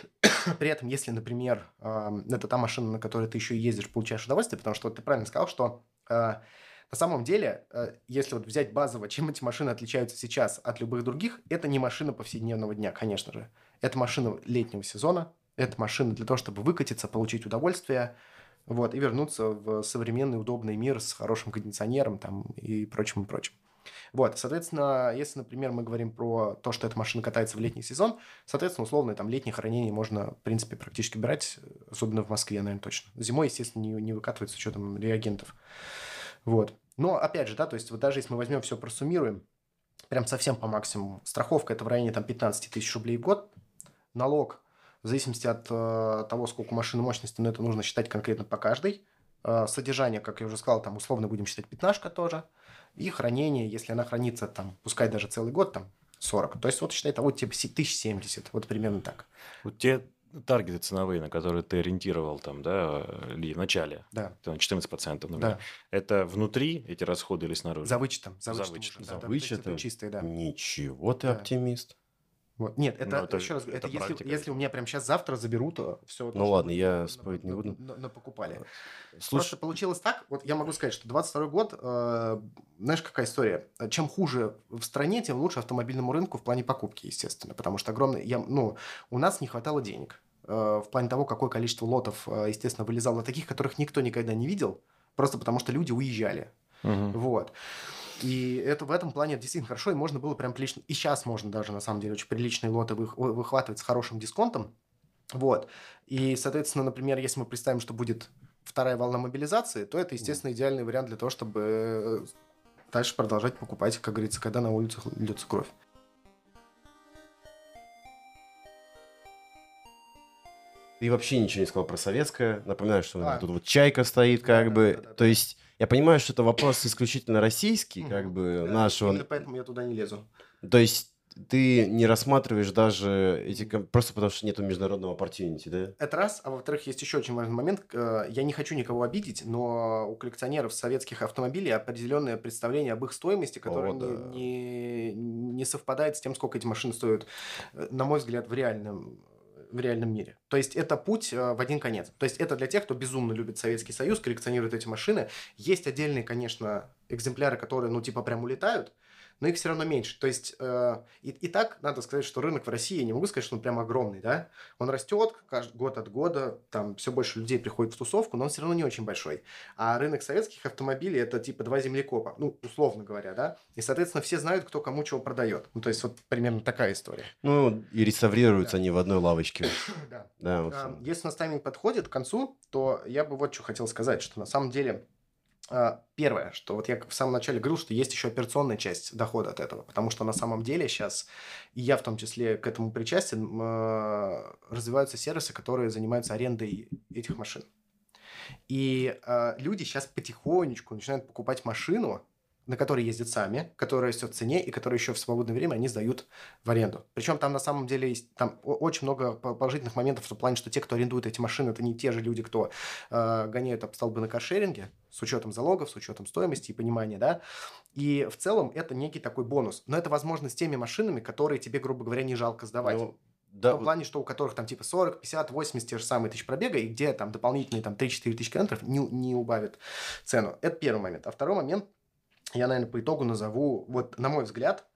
При этом, если, например, э, это та машина, на которой ты еще и ездишь, получаешь удовольствие, потому что вот ты правильно сказал, что э, на самом деле, э, если вот взять базово, чем эти машины отличаются сейчас от любых других, это не машина повседневного дня, конечно же. Это машина летнего сезона, это машина для того, чтобы выкатиться, получить удовольствие, вот, и вернуться в современный удобный мир с хорошим кондиционером там, и прочим, и прочим. Вот, соответственно, если, например, мы говорим про то, что эта машина катается в летний сезон, соответственно, условно, там летнее хранение можно, в принципе, практически брать, особенно в Москве, наверное, точно. Зимой, естественно, не, не выкатывается с учетом реагентов. Вот. Но, опять же, да, то есть вот даже если мы возьмем все, просуммируем, прям совсем по максимуму, страховка – это в районе там пятнадцать тысяч рублей в год, налог, в зависимости от э, того, сколько у машины мощности, но это нужно считать конкретно по каждой. Э, содержание, как я уже сказал, там условно будем считать пятнашка тоже. И хранение, если она хранится там, пускай даже целый год, там сорок. То есть вот считай того, типа тысяч семьдесят, вот примерно так. Вот те таргеты ценовые, на которые ты ориентировал там, да, Ли, в начале, Да, там четырнадцать процентов, например, да. это внутри эти расходы или снаружи? За вычетом. За За вычетом. вычетом. уже, За да, да, вот эти вычетом? чистые, да. Ничего ты Да. оптимист. Вот. Нет, Ну, это, это- еще раз, говорю, это это, если, практика, если у видимо. меня прям сейчас завтра заберут, то все. Ну ладно, я спорить не буду. Покупали. Слушай, Просто получилось так, вот я могу сказать, что двадцать второй год, э, знаешь, какая история? Чем хуже в стране, тем лучше автомобильному рынку в плане покупки, естественно, потому что огромный, я, ну, у нас не хватало денег э, в плане того, какое количество лотов, э, естественно, вылезало, таких, которых никто никогда не видел, просто потому что люди уезжали. Мгм. Вот. И это в этом плане действительно хорошо, и можно было прям прилично, и сейчас можно даже, на самом деле, очень приличные лоты вых- вы- выхватывать с хорошим дисконтом. Вот. И, соответственно, например, если мы представим, что будет вторая волна мобилизации, то это, естественно, идеальный вариант для того, чтобы э, дальше продолжать покупать, как говорится, когда на улицах льется кровь. ты вообще ничего не сказал про советское. Напоминаю, что А. тут вот чайка стоит, Да, как да, бы. да, да, да. То есть, я понимаю, что это вопрос исключительно российский, как Мгм. бы, Да, нашего. Именно поэтому я туда не лезу. То есть, ты не рассматриваешь даже эти... ком- Просто потому, что нету международного opportunity, да? Это раз. А во-вторых, есть еще очень важный момент. Э, Я не хочу никого обидеть, но у коллекционеров советских автомобилей определенное представление об их стоимости, которое О, не, да. не, не совпадает с тем, сколько эти машины стоят, э, на мой взгляд, в реальном, в реальном мире. То есть это путь э, в один конец. То есть это для тех, кто безумно любит Советский Союз, коллекционирует эти машины. Есть отдельные, конечно, экземпляры, которые, ну, типа, прям улетают, но их все равно меньше. То есть, э, и, и так надо сказать, что рынок в России, я не могу сказать, что он прям огромный, да? Он растет каждый год от года, там все больше людей приходит в тусовку, но он все равно не очень большой. А рынок советских автомобилей – это типа два землекопа, ну, условно говоря, да? И, соответственно, все знают, кто кому чего продает. Ну, то есть, вот примерно такая история. Ну, и реставрируются Да. они в одной лавочке. Да. Да, вот. А, Если у нас тайминг подходит к концу, то я бы вот что хотел сказать, что на самом деле а, первое, что вот я в самом начале говорил, что есть еще операционная часть дохода от этого, потому что на самом деле сейчас, и я в том числе к этому причастен, м, развиваются сервисы, которые занимаются арендой этих машин. И а, люди сейчас потихонечку начинают покупать машину на которые ездят сами, которые растет в цене и которые еще в свободное время они сдают в аренду. Причем там на самом деле есть там очень много положительных моментов в том плане, что те, кто арендует эти машины, это не те же люди, кто э, гоняют об столбы на каршеринге, с учетом залогов, с учетом стоимости и понимания, да. И в целом это некий такой бонус. Но это возможно с теми машинами, которые тебе, грубо говоря, не жалко сдавать. Ну, В да, том плане, что у которых там типа сорок, пятьдесят, восемьдесят те же самые тысяч пробега, и где там дополнительные там три-четыре тысячи километров не, не убавит цену. Это первый момент. А второй момент, я, наверное, по итогу назову, вот на мой взгляд,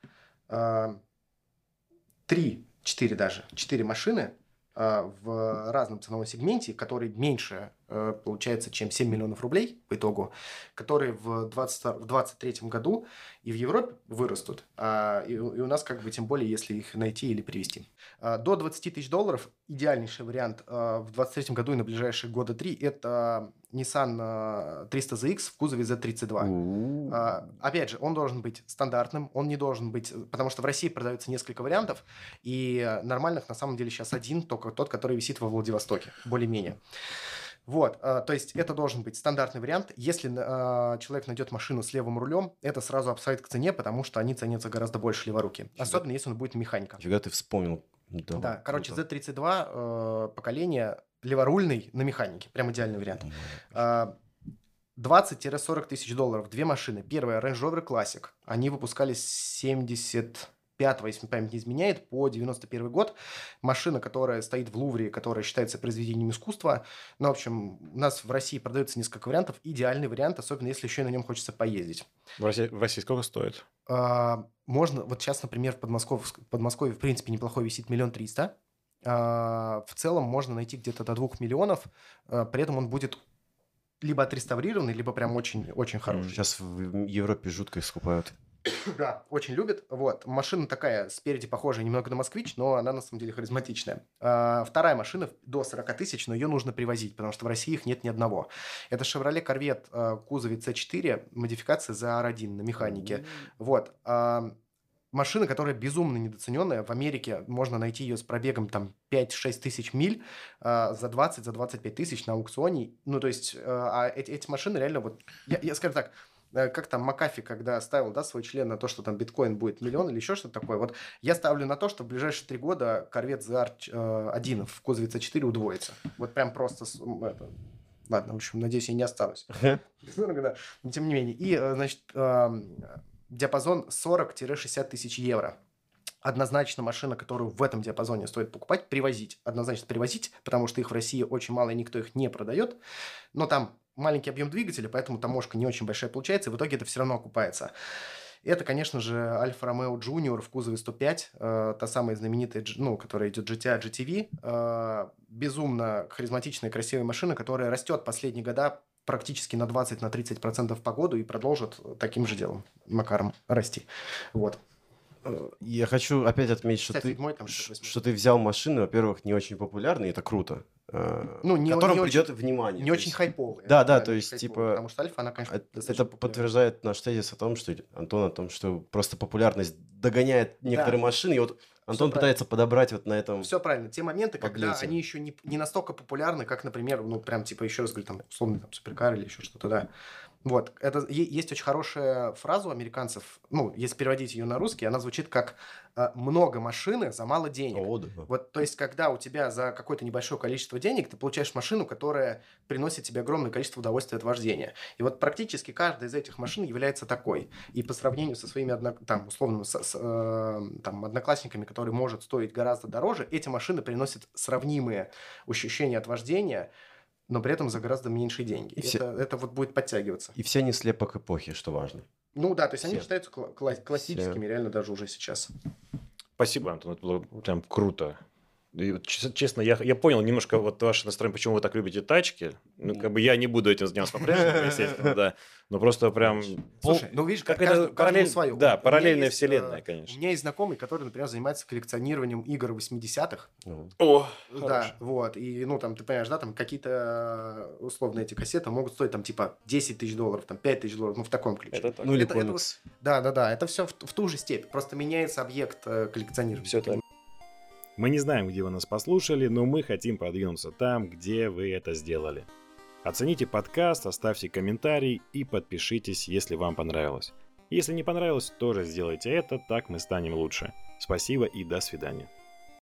три-четыре даже, четыре машины э, в разном ценовом сегменте, которые меньше, э, получается, чем семь миллионов рублей по итогу, которые в двадцать третьем году и в Европе вырастут, а, и, и у нас как бы тем более, если их найти или привезти. А, до двадцать тысяч долларов идеальнейший вариант а, в двадцать третьем году и на ближайшие года три – это Nissan триста зет икс в кузове зет тридцать два. У-у-у. А, опять же, он должен быть стандартным, он не должен быть, потому что в России продается несколько вариантов, и нормальных на самом деле сейчас один, только тот, который висит во Владивостоке, более-менее. Вот, а, то есть это должен быть стандартный вариант. Если а, человек найдет машину с левым рулем, это сразу апсайд к цене, потому что они ценятся гораздо больше леворуки. Особенно если он будет механика. Фига ты вспомнил. Да, Да, короче, круто. зет тридцать два э, поколение леворульный на механике. Прям идеальный вариант. А, двадцать-сорок тысяч долларов. Две машины. Первая Range Rover Classic. Они выпускались с семьдесят пятого, если память не изменяет, по девяносто первый год. Машина, которая стоит в Лувре, которая считается произведением искусства. Ну, в общем, у нас в России продается несколько вариантов. Идеальный вариант, особенно если еще и на нем хочется поездить. В России, в России сколько стоит? А, можно, вот сейчас, например, в Подмосковье, в Подмосковье, в принципе, неплохой висит миллион триста. А, в целом можно найти где-то до двух миллионов. А, при этом он будет либо отреставрированный, либо прям очень, очень хороший. Сейчас в Европе жутко их скупают. Да, очень любят. Вот. Машина такая, спереди похожая немного на «Москвич», но она на самом деле харизматичная. А, вторая машина до сорок тысяч, но ее нужно привозить, потому что в России их нет ни одного. Это Chevrolet Corvette а, в кузове си четыре, модификация зет ар один на механике. Вот. А, машина, которая безумно недооцененная. В Америке можно найти ее с пробегом там пять-шесть тысяч миль а, за двадцать, за двадцать пять тысяч на аукционе. Ну, то есть, а, а эти, эти машины реально вот... Я, я скажу так, как там Макафи, когда ставил, да, свой член на то, что там биткоин будет миллион или еще что-то такое. Вот я ставлю на то, что в ближайшие три года Corvette зет ар один в кузове си четыре удвоится. Вот прям просто... Это... Ладно, в общем, надеюсь, я не останусь. Но тем не менее. И, значит, диапазон сорок-шестьдесят тысяч евро. Однозначно машина, которую в этом диапазоне стоит покупать, привозить. Однозначно привозить, потому что их в России очень мало, и никто их не продает. Но там маленький объем двигателя, поэтому таможка не очень большая получается, и в итоге это все равно окупается. Это, конечно же, Альфа Ромео Junior в кузове сто пять, э, та самая знаменитая, ну, которая идет джи ти ай, джи ти ви. Э, безумно харизматичная, красивая машина, которая растет последние года практически на двадцать-тридцать процентов по году и продолжит таким же делом, макаром расти. Вот. Я хочу опять отметить, что ты, седьмой, там, что ты взял машины, во-первых, не очень популярные, это круто. Ну, не, которым не придет очень, внимание. Не очень есть... хайповые. Да, да, то есть, типа... Потому что Альфа, она, конечно, это подтверждает наш тезис о том, что, Антон, о том, что просто популярность догоняет некоторые да. машины, и вот Антон Все пытается правильно. подобрать вот на этом... Все правильно. Те моменты, когда подлете. они еще не, не настолько популярны, как, например, ну, прям, типа, еще раз говорю, там, условно, там, суперкар или еще что-то, да. Вот. Это есть очень хорошая фраза у американцев, ну, если переводить ее на русский, она звучит как «много машины за мало денег». О, да. Вот, то есть, когда у тебя за какое-то небольшое количество денег ты получаешь машину, которая приносит тебе огромное количество удовольствия от вождения. И вот практически каждая из этих машин является такой. И по сравнению со своими, одно, там, условно, с, с, э, там, одноклассниками, которые может стоить гораздо дороже, эти машины приносят сравнимые ощущения от вождения, но при этом за гораздо меньшие деньги. И все... это, это вот будет подтягиваться. И все не слепок эпохи, что важно. Ну да, то есть все. они считаются кла- классическими, все. Реально даже уже сейчас. Спасибо, Антон, это было прям круто. И, честно, я, я понял немножко вот ваше настроение, почему вы так любите тачки. Ну, как бы я не буду этим заниматься по-прежнему, естественно, да. Но просто прям... Слушай, ну видишь, как это параллель... свое. Да, параллельная есть, вселенная, конечно. У меня есть знакомый, который, например, занимается коллекционированием игр восьмидесятых. О, да, хорошо. Вот. И, ну, там, ты понимаешь, да, там какие-то условно эти кассеты могут стоить там типа десять тысяч долларов, там пять тысяч долларов, ну, в таком ключе. Это так. Ну, или это, это, Да, да, да, это все в, в ту же степь. Просто меняется объект коллекционирования. Все так. Мы не знаем, где вы нас послушали, но мы хотим продвинуться там, где вы это сделали. Оцените подкаст, оставьте комментарий и подпишитесь, если вам понравилось. Если не понравилось, тоже сделайте это, так мы станем лучше. Спасибо и до свидания.